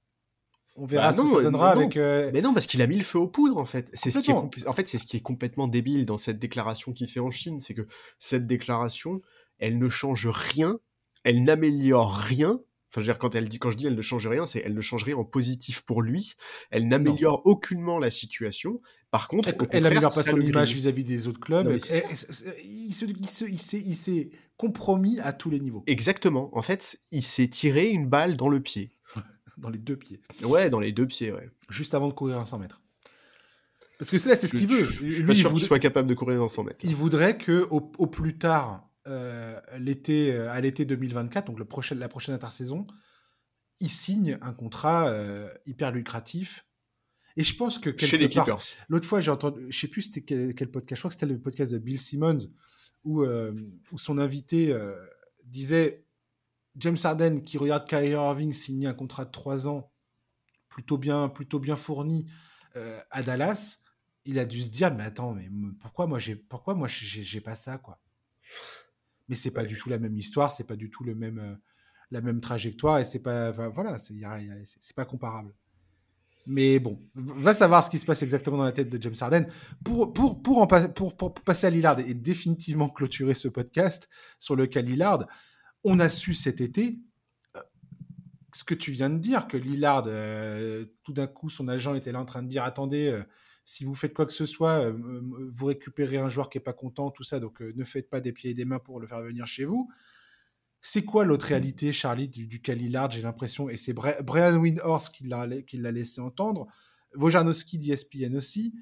Speaker 1: On
Speaker 2: Bah
Speaker 1: verra ce que
Speaker 2: non,
Speaker 1: ça
Speaker 2: euh, non,
Speaker 1: donnera
Speaker 2: non.
Speaker 1: avec. Euh,
Speaker 2: Mais non, parce qu'il a mis le feu aux poudres, en fait. C'est ce qui est
Speaker 1: complètement.
Speaker 2: compl- en fait, c'est ce qui est complètement débile dans cette déclaration qu'il fait en Chine, c'est que cette déclaration, elle ne change rien, elle n'améliore rien. Enfin, je veux dire, quand elle dit, quand je dis elle ne change rien, c'est elle ne change rien en positif pour lui. Elle
Speaker 1: Non.
Speaker 2: n'améliore aucunement la situation. Par contre,
Speaker 1: Elle,
Speaker 2: au
Speaker 1: elle
Speaker 2: contraire,
Speaker 1: n'améliore pas
Speaker 2: ça
Speaker 1: son
Speaker 2: le
Speaker 1: image
Speaker 2: grille.
Speaker 1: vis-à-vis des autres
Speaker 2: Non,
Speaker 1: clubs.
Speaker 2: mais
Speaker 1: Elle-
Speaker 2: c'est ça.
Speaker 1: elle- elle- il se- il se- il s'est il s'est compromis à tous les niveaux,
Speaker 2: Exactement. En fait, il s'est tiré une balle dans le pied.
Speaker 1: dans les deux pieds,
Speaker 2: Ouais, dans les deux pieds, ouais.
Speaker 1: juste avant de courir un cent mètres. Parce que c'est là, c'est ce
Speaker 2: Je,
Speaker 1: qu'il veut.
Speaker 2: je, je suis pas
Speaker 1: Lui, il,
Speaker 2: sûr qu'il
Speaker 1: voud-
Speaker 2: soit capable de courir dans cent mètres, là.
Speaker 1: il voudrait que au, au plus tard, euh, l'été, euh, à l'été deux mille vingt-quatre, donc le prochain, la prochaine intersaison, il signe un contrat euh, hyper lucratif. Et je pense que
Speaker 2: Chez
Speaker 1: quelque
Speaker 2: les
Speaker 1: part,
Speaker 2: Clippers.
Speaker 1: l'autre fois, j'ai entendu, je sais plus c'était quel, quel podcast, je crois que c'était le podcast de Bill Simmons, où, euh, où son invité euh, disait James Harden qui regarde Kyrie Irving signer un contrat de trois ans plutôt bien, plutôt bien fourni euh, à Dallas, il a dû se dire mais attends, mais pourquoi moi j'ai, pourquoi moi j'ai, j'ai pas ça quoi. Mais c'est pas
Speaker 2: Ouais,
Speaker 1: du
Speaker 2: je-
Speaker 1: tout la même histoire, c'est pas du tout le même, euh, la même trajectoire et c'est pas, enfin, voilà, c'est, y a- y a- c'est c'est pas comparable. Mais bon, va savoir ce qui se passe exactement dans la tête de James Harden. Pour, pour, pour, en pas- pour, pour, pour passer à Lillard et définitivement clôturer ce podcast sur le cas Lillard, on a su cet été euh, ce que tu viens de dire, que Lillard, euh, tout d'un coup, son agent était là en train de dire attendez, euh, si vous faites quoi que ce soit, euh, euh, vous récupérez un joueur qui est pas content, tout ça, donc euh, ne faites pas des pieds et des mains pour le faire venir chez vous. C'est quoi l'autre réalité, Charlie, du, du cas Lillard, j'ai l'impression, et c'est Bra- Brian Windhorst qui l'a, qui l'a laissé entendre, Wojnarowski d'E S P N aussi,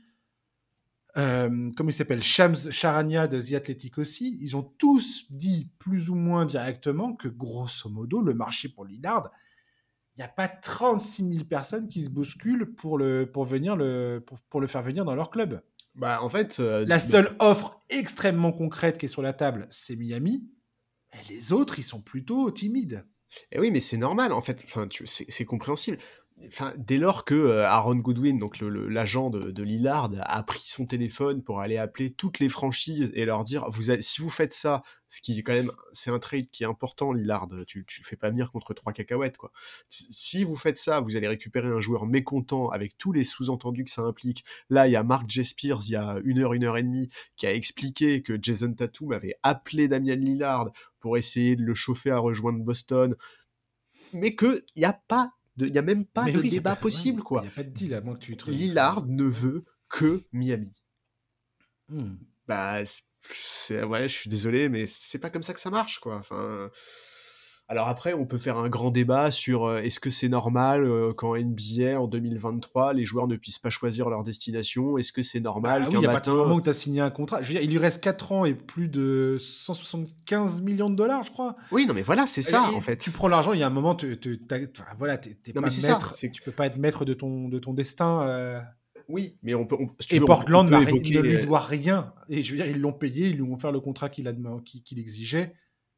Speaker 1: euh, comment il s'appelle, Shams Charania de The Athletic aussi, ils ont tous dit plus ou moins directement que grosso modo, le marché pour Lillard, il n'y a pas trente-six mille personnes qui se bousculent pour le, pour venir le, pour, pour le faire venir dans leur club.
Speaker 2: Bah, en fait, euh,
Speaker 1: La
Speaker 2: donc,
Speaker 1: seule offre extrêmement concrète qui est sur la table, c'est Miami. Et les autres, ils sont plutôt timides.
Speaker 2: eh oui, mais c'est normal, en fait. Enfin, tu- c'est c'est compréhensible. Enfin, dès lors que euh, Aaron Goodwin, donc le- le- l'agent de, de Lillard, a pris son téléphone pour aller appeler toutes les franchises et leur dire, vous avez- si vous faites ça, ce qui est quand même, c'est un trade qui est important, Lillard, tu, tu le fais pas venir contre trois cacahuètes, quoi. Si si vous faites ça, vous allez récupérer un joueur mécontent avec tous les sous-entendus que ça implique. Là, il y a Mark J. Spears, il y a une heure, une heure et demie, qui a expliqué que Jason Tatum avait appelé Damian Lillard pour essayer de le chauffer à rejoindre Boston, mais qu'il n'y a pas de, il y a même pas
Speaker 1: Mais
Speaker 2: de
Speaker 1: oui, il
Speaker 2: débat
Speaker 1: n'y
Speaker 2: possible,
Speaker 1: a,
Speaker 2: quoi.
Speaker 1: a pas de deal à moins que tu te.
Speaker 2: Lillard ne veut que Miami.
Speaker 1: Hmm.
Speaker 2: Bah, c'est, c'est- ouais, je suis désolé, mais c'est pas comme ça que ça marche, quoi. Enfin, Alors après, on peut faire un grand débat sur euh, est-ce que c'est normal euh, qu'en N B A, en deux mille vingt-trois, les joueurs ne puissent pas choisir leur destination? Est-ce que c'est normal
Speaker 1: Bah oui,
Speaker 2: qu'un
Speaker 1: à partir du moment
Speaker 2: matin...
Speaker 1: où tu as signé un contrat, je veux dire, il lui reste quatre ans et plus de cent soixante-quinze millions de dollars, je crois.
Speaker 2: Oui, non mais voilà, c'est
Speaker 1: Et,
Speaker 2: ça en
Speaker 1: et tu
Speaker 2: fait.
Speaker 1: prends l'argent, il y a un moment, te, te, t'as- enfin, voilà, t'es t'es
Speaker 2: Non mais
Speaker 1: pas
Speaker 2: c'est ça,
Speaker 1: maître,
Speaker 2: c'est...
Speaker 1: tu peux pas être maître de ton, de ton destin. euh.
Speaker 2: Oui, mais on peut, on- si tu
Speaker 1: Et
Speaker 2: veux, on, on
Speaker 1: Portland
Speaker 2: peut
Speaker 1: n'a ri- ne
Speaker 2: évoquer...
Speaker 1: lui
Speaker 2: euh,
Speaker 1: doit rien. Et je veux dire, ils l'ont payé, ils lui ont fait le contrat qu'il a dem- qu'il qu'il exigeait.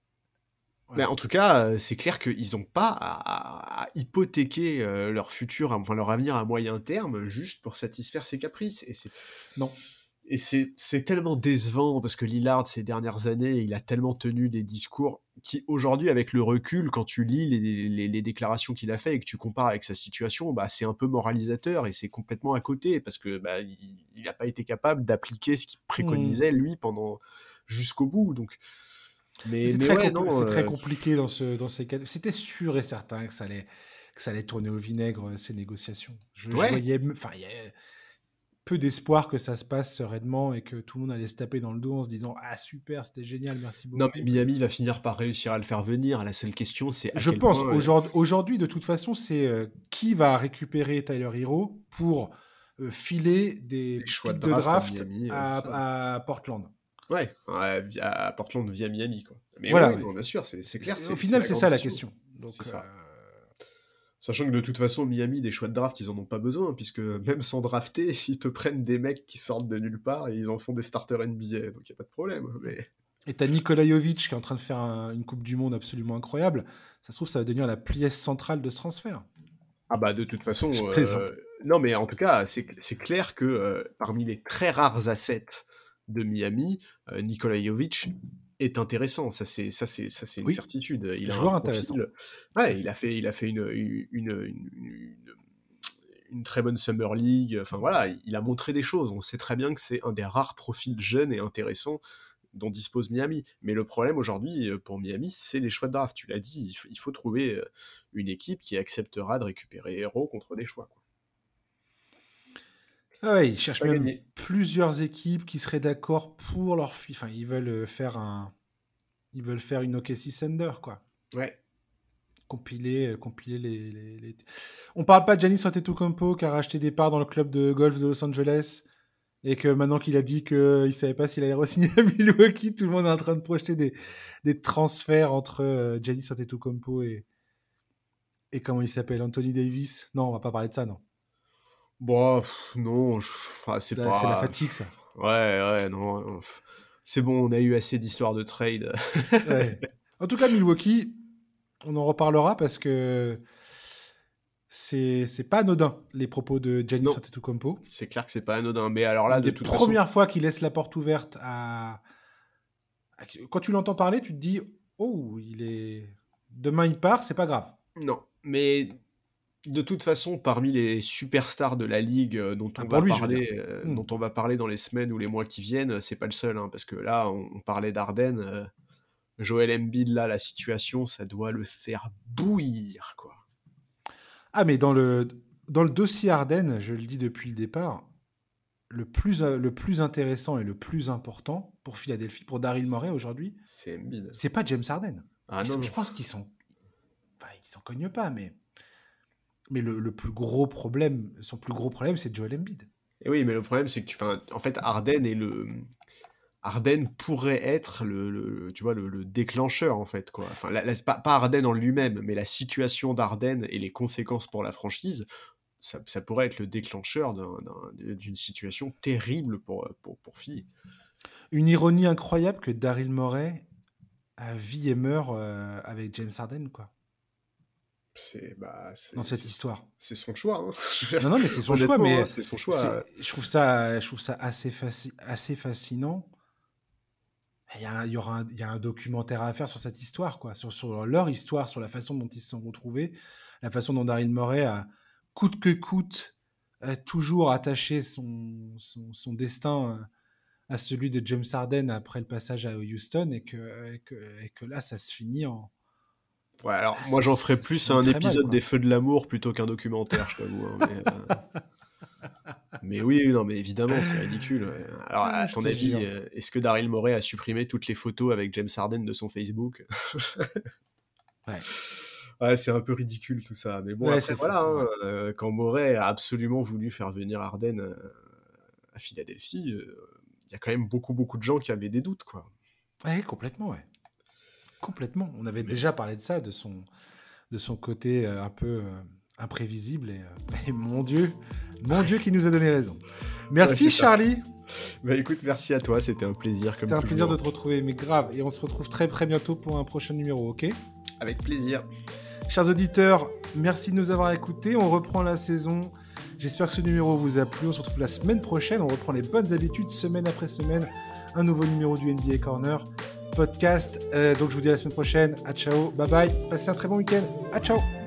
Speaker 2: Mais
Speaker 1: Voilà.
Speaker 2: en tout cas, euh, c'est clair qu'ils n'ont pas à, à- à hypothéquer euh, leur futur, enfin leur avenir à moyen terme, juste pour satisfaire ses caprices. Et c'est
Speaker 1: Non.
Speaker 2: et c'est c'est tellement décevant parce que Lillard ces dernières années, il a tellement tenu des discours qui aujourd'hui, avec le recul, quand tu lis les, les- les déclarations qu'il a fait et que tu compares avec sa situation, bah c'est un peu moralisateur et c'est complètement à côté parce que bah il n'a pas été capable d'appliquer ce qu'il
Speaker 1: Hmm.
Speaker 2: préconisait lui pendant jusqu'au bout. Donc,
Speaker 1: Mais
Speaker 2: mais
Speaker 1: c'est
Speaker 2: mais
Speaker 1: très,
Speaker 2: ouais,
Speaker 1: compl-
Speaker 2: non.
Speaker 1: c'est très
Speaker 2: euh,
Speaker 1: compliqué dans, ce, dans ces cas. C'était sûr et certain que ça allait, que ça allait tourner au vinaigre, euh, ces négociations. Je, je
Speaker 2: Ouais,
Speaker 1: voyais, enfin, il y a peu d'espoir que ça se passe sereinement et que tout le monde allait se taper dans le dos en se disant ah super, c'était génial, merci
Speaker 2: non, mais
Speaker 1: beaucoup.
Speaker 2: Miami va finir par réussir à le faire venir. La seule question, c'est à
Speaker 1: Je
Speaker 2: quel
Speaker 1: pense
Speaker 2: point. euh,
Speaker 1: aujourd'hui, aujourd'hui de toute façon, c'est euh, qui va récupérer Tyler Hero pour euh, filer des
Speaker 2: les choix de
Speaker 1: pics de
Speaker 2: draft à
Speaker 1: draft
Speaker 2: Miami, euh, c'est ça.
Speaker 1: à, à Portland.
Speaker 2: Ouais, ouais, via- à Portland via Miami, quoi. Mais oui,
Speaker 1: Voilà,
Speaker 2: oui,
Speaker 1: oui.
Speaker 2: non, bien sûr, c'est c'est clair,
Speaker 1: C'est- Au
Speaker 2: c'est c'est
Speaker 1: final,
Speaker 2: la
Speaker 1: c'est
Speaker 2: grande
Speaker 1: ça la
Speaker 2: question.
Speaker 1: question.
Speaker 2: C'est
Speaker 1: Donc, euh,
Speaker 2: ça. Sachant que de toute façon, Miami, des choix de draft, ils en ont pas besoin, puisque même sans drafter, ils te prennent des mecs qui sortent de nulle part et ils en font des starters N B A, donc y a pas de problème. Mais
Speaker 1: et t'as Nikola Jovic qui est en train de faire un- une Coupe du Monde absolument incroyable. Ça se trouve, ça va devenir la pièce centrale de ce transfert.
Speaker 2: ah bah de toute
Speaker 1: Je
Speaker 2: façon, euh,
Speaker 1: plaisante.
Speaker 2: non mais en tout cas, c'est c'est clair que euh, parmi les très rares assets de Miami, euh, Nikola Jovic est intéressant. Ça c'est ça c'est ça c'est une
Speaker 1: Oui,
Speaker 2: certitude. Il a un
Speaker 1: joueur intéressant.
Speaker 2: profil.
Speaker 1: Tout à
Speaker 2: Ouais, il
Speaker 1: fait.
Speaker 2: a fait il a fait une une, une, une- une- une très bonne Summer League. Enfin voilà, il a montré des choses. On sait très bien que c'est un des rares profils jeunes et intéressants dont dispose Miami. Mais le problème aujourd'hui euh, pour Miami, c'est les choix de draft. Tu l'as dit, il faut, il faut trouver euh, une équipe qui acceptera de récupérer Hero contre des choix, quoi.
Speaker 1: Ah ouais, ils cherchent
Speaker 2: Pas
Speaker 1: même
Speaker 2: gagné.
Speaker 1: plusieurs équipes qui seraient d'accord pour leur fille. Enfin, ils veulent euh, faire un, ils veulent faire une O K C Thunder, quoi.
Speaker 2: Ouais.
Speaker 1: Compiler, euh, compiler les, les, les- On parle pas de Giannis Antetokounmpo qui a racheté des parts dans le club de golf de Los Angeles et que maintenant qu'il a dit qu'il savait pas s'il allait re-signer à Milwaukee, tout le monde est en train de projeter des, des transferts entre euh, Giannis Antetokounmpo et, et comment il s'appelle, Anthony Davis. Non, on va pas parler de ça, non.
Speaker 2: Bon, pff, non, je- enfin,
Speaker 1: C'est
Speaker 2: c'est
Speaker 1: la, c'est la
Speaker 2: pas...
Speaker 1: fatigue, ça.
Speaker 2: pff, Ouais, ouais, non. pff, C'est bon, on a eu assez d'histoires de trade.
Speaker 1: Ouais. En tout cas, Milwaukee, on en reparlera parce que c'est c'est pas anodin les propos de Giannis
Speaker 2: Non,
Speaker 1: Antetokounmpo.
Speaker 2: c'est clair que c'est pas anodin. Mais alors
Speaker 1: C'est
Speaker 2: là,
Speaker 1: une
Speaker 2: de
Speaker 1: des
Speaker 2: toute façon,
Speaker 1: premières fois qu'il laisse la porte ouverte à... à- Quand tu l'entends parler, tu te dis oh, il est demain il part, c'est pas grave.
Speaker 2: non. Mais de toute façon, parmi les superstars de la ligue euh, dont
Speaker 1: Enfin,
Speaker 2: on
Speaker 1: pour
Speaker 2: va
Speaker 1: lui, je veux dire.
Speaker 2: parler, euh,
Speaker 1: Hmm.
Speaker 2: dont on va parler dans les semaines ou les mois qui viennent, c'est pas le seul, hein, parce que là, on, on parlait d'Arden. euh, Joel Embiid, là, la situation, ça doit le faire bouillir, quoi.
Speaker 1: Ah, mais dans le dans le dossier Harden, je le dis depuis le départ, le plus euh, le plus intéressant et le plus important pour Philadelphie, pour Daryl Morey aujourd'hui,
Speaker 2: C'est Embiid.
Speaker 1: c'est pas James Harden.
Speaker 2: Ah
Speaker 1: Ils
Speaker 2: non,
Speaker 1: sont-
Speaker 2: non.
Speaker 1: je pense qu'ils sont, enfin, ils s'en cognent pas, mais mais le, le plus gros problème, son plus gros problème, c'est Joel Embiid.
Speaker 2: Et oui, mais le problème, c'est que tu, enfin, en fait, Harden est le, Harden pourrait être le, le- tu vois, le, le déclencheur, en fait, quoi. Enfin, la- la- pas, pas Harden en lui-même, mais la situation d'Harden et les conséquences pour la franchise, ça, ça pourrait être le déclencheur d'un- d'un- d'une situation terrible pour, pour, pour Philly.
Speaker 1: Une ironie incroyable que Daryl Morey euh, vit et meurt euh, avec James Harden, quoi,
Speaker 2: C'est bah,
Speaker 1: dans
Speaker 2: c'est
Speaker 1: cette
Speaker 2: c'est-
Speaker 1: histoire.
Speaker 2: c'est son choix, hein.
Speaker 1: Non, non, mais c'est son choix,
Speaker 2: Honnêtement, hein,
Speaker 1: mais
Speaker 2: c'est son
Speaker 1: c'est,
Speaker 2: choix.
Speaker 1: je trouve ça, je trouve ça assez, fasci- assez fascinant. Il y, a un, il, y aura un, il y a un documentaire à faire sur cette histoire, quoi, sur, sur leur histoire, sur la façon dont ils se sont retrouvés, la façon dont Daryl Morey a, coûte que coûte, a toujours attaché son, son, son destin euh, à celui de James Harden après le passage à Houston, et que, et que, et que là, ça se finit en...
Speaker 2: Ouais, alors
Speaker 1: Ah,
Speaker 2: moi
Speaker 1: ça,
Speaker 2: j'en ferais
Speaker 1: ça se
Speaker 2: plus
Speaker 1: finit
Speaker 2: un
Speaker 1: très mal,
Speaker 2: épisode
Speaker 1: quoi.
Speaker 2: des Feux de l'amour plutôt qu'un documentaire, je t'avoue, hein, mais, euh, mais oui, non, mais évidemment, c'est ridicule. Ouais. Alors,
Speaker 1: Ah,
Speaker 2: à
Speaker 1: je
Speaker 2: ton
Speaker 1: te
Speaker 2: avis,
Speaker 1: jure.
Speaker 2: euh, est-ce que Daryl Morey a supprimé toutes les photos avec James Harden de son Facebook?
Speaker 1: Ouais.
Speaker 2: Ouais, c'est un peu ridicule tout ça. Mais bon,
Speaker 1: Ouais,
Speaker 2: après,
Speaker 1: c'est
Speaker 2: voilà,
Speaker 1: fou,
Speaker 2: hein, euh, quand Morey a absolument voulu faire venir Harden euh, à Philadelphie, il euh, y a quand même beaucoup, beaucoup de gens qui avaient des doutes, quoi.
Speaker 1: ouais, complètement, ouais. Complètement. On avait
Speaker 2: Mais
Speaker 1: déjà parlé de ça, de son, de son côté euh, un peu euh, imprévisible. Et, euh, et mon Dieu, mon Dieu qui nous a donné raison. Merci
Speaker 2: ouais,
Speaker 1: Charlie.
Speaker 2: Bah écoute, merci à toi, c'était un plaisir
Speaker 1: C'était
Speaker 2: comme
Speaker 1: un
Speaker 2: toujours.
Speaker 1: plaisir de te retrouver, mais grave. Et on se retrouve très très bientôt pour un prochain numéro, ok ?
Speaker 2: Avec plaisir.
Speaker 1: Chers auditeurs, merci de nous avoir écoutés. On reprend la saison. J'espère que ce numéro vous a plu. On se retrouve la semaine prochaine. On reprend les bonnes habitudes semaine après semaine. Un nouveau numéro du N B A Corner podcast. Euh, donc je vous dis à la semaine prochaine. À ciao, bye bye. Passez un très bon week-end. À ciao.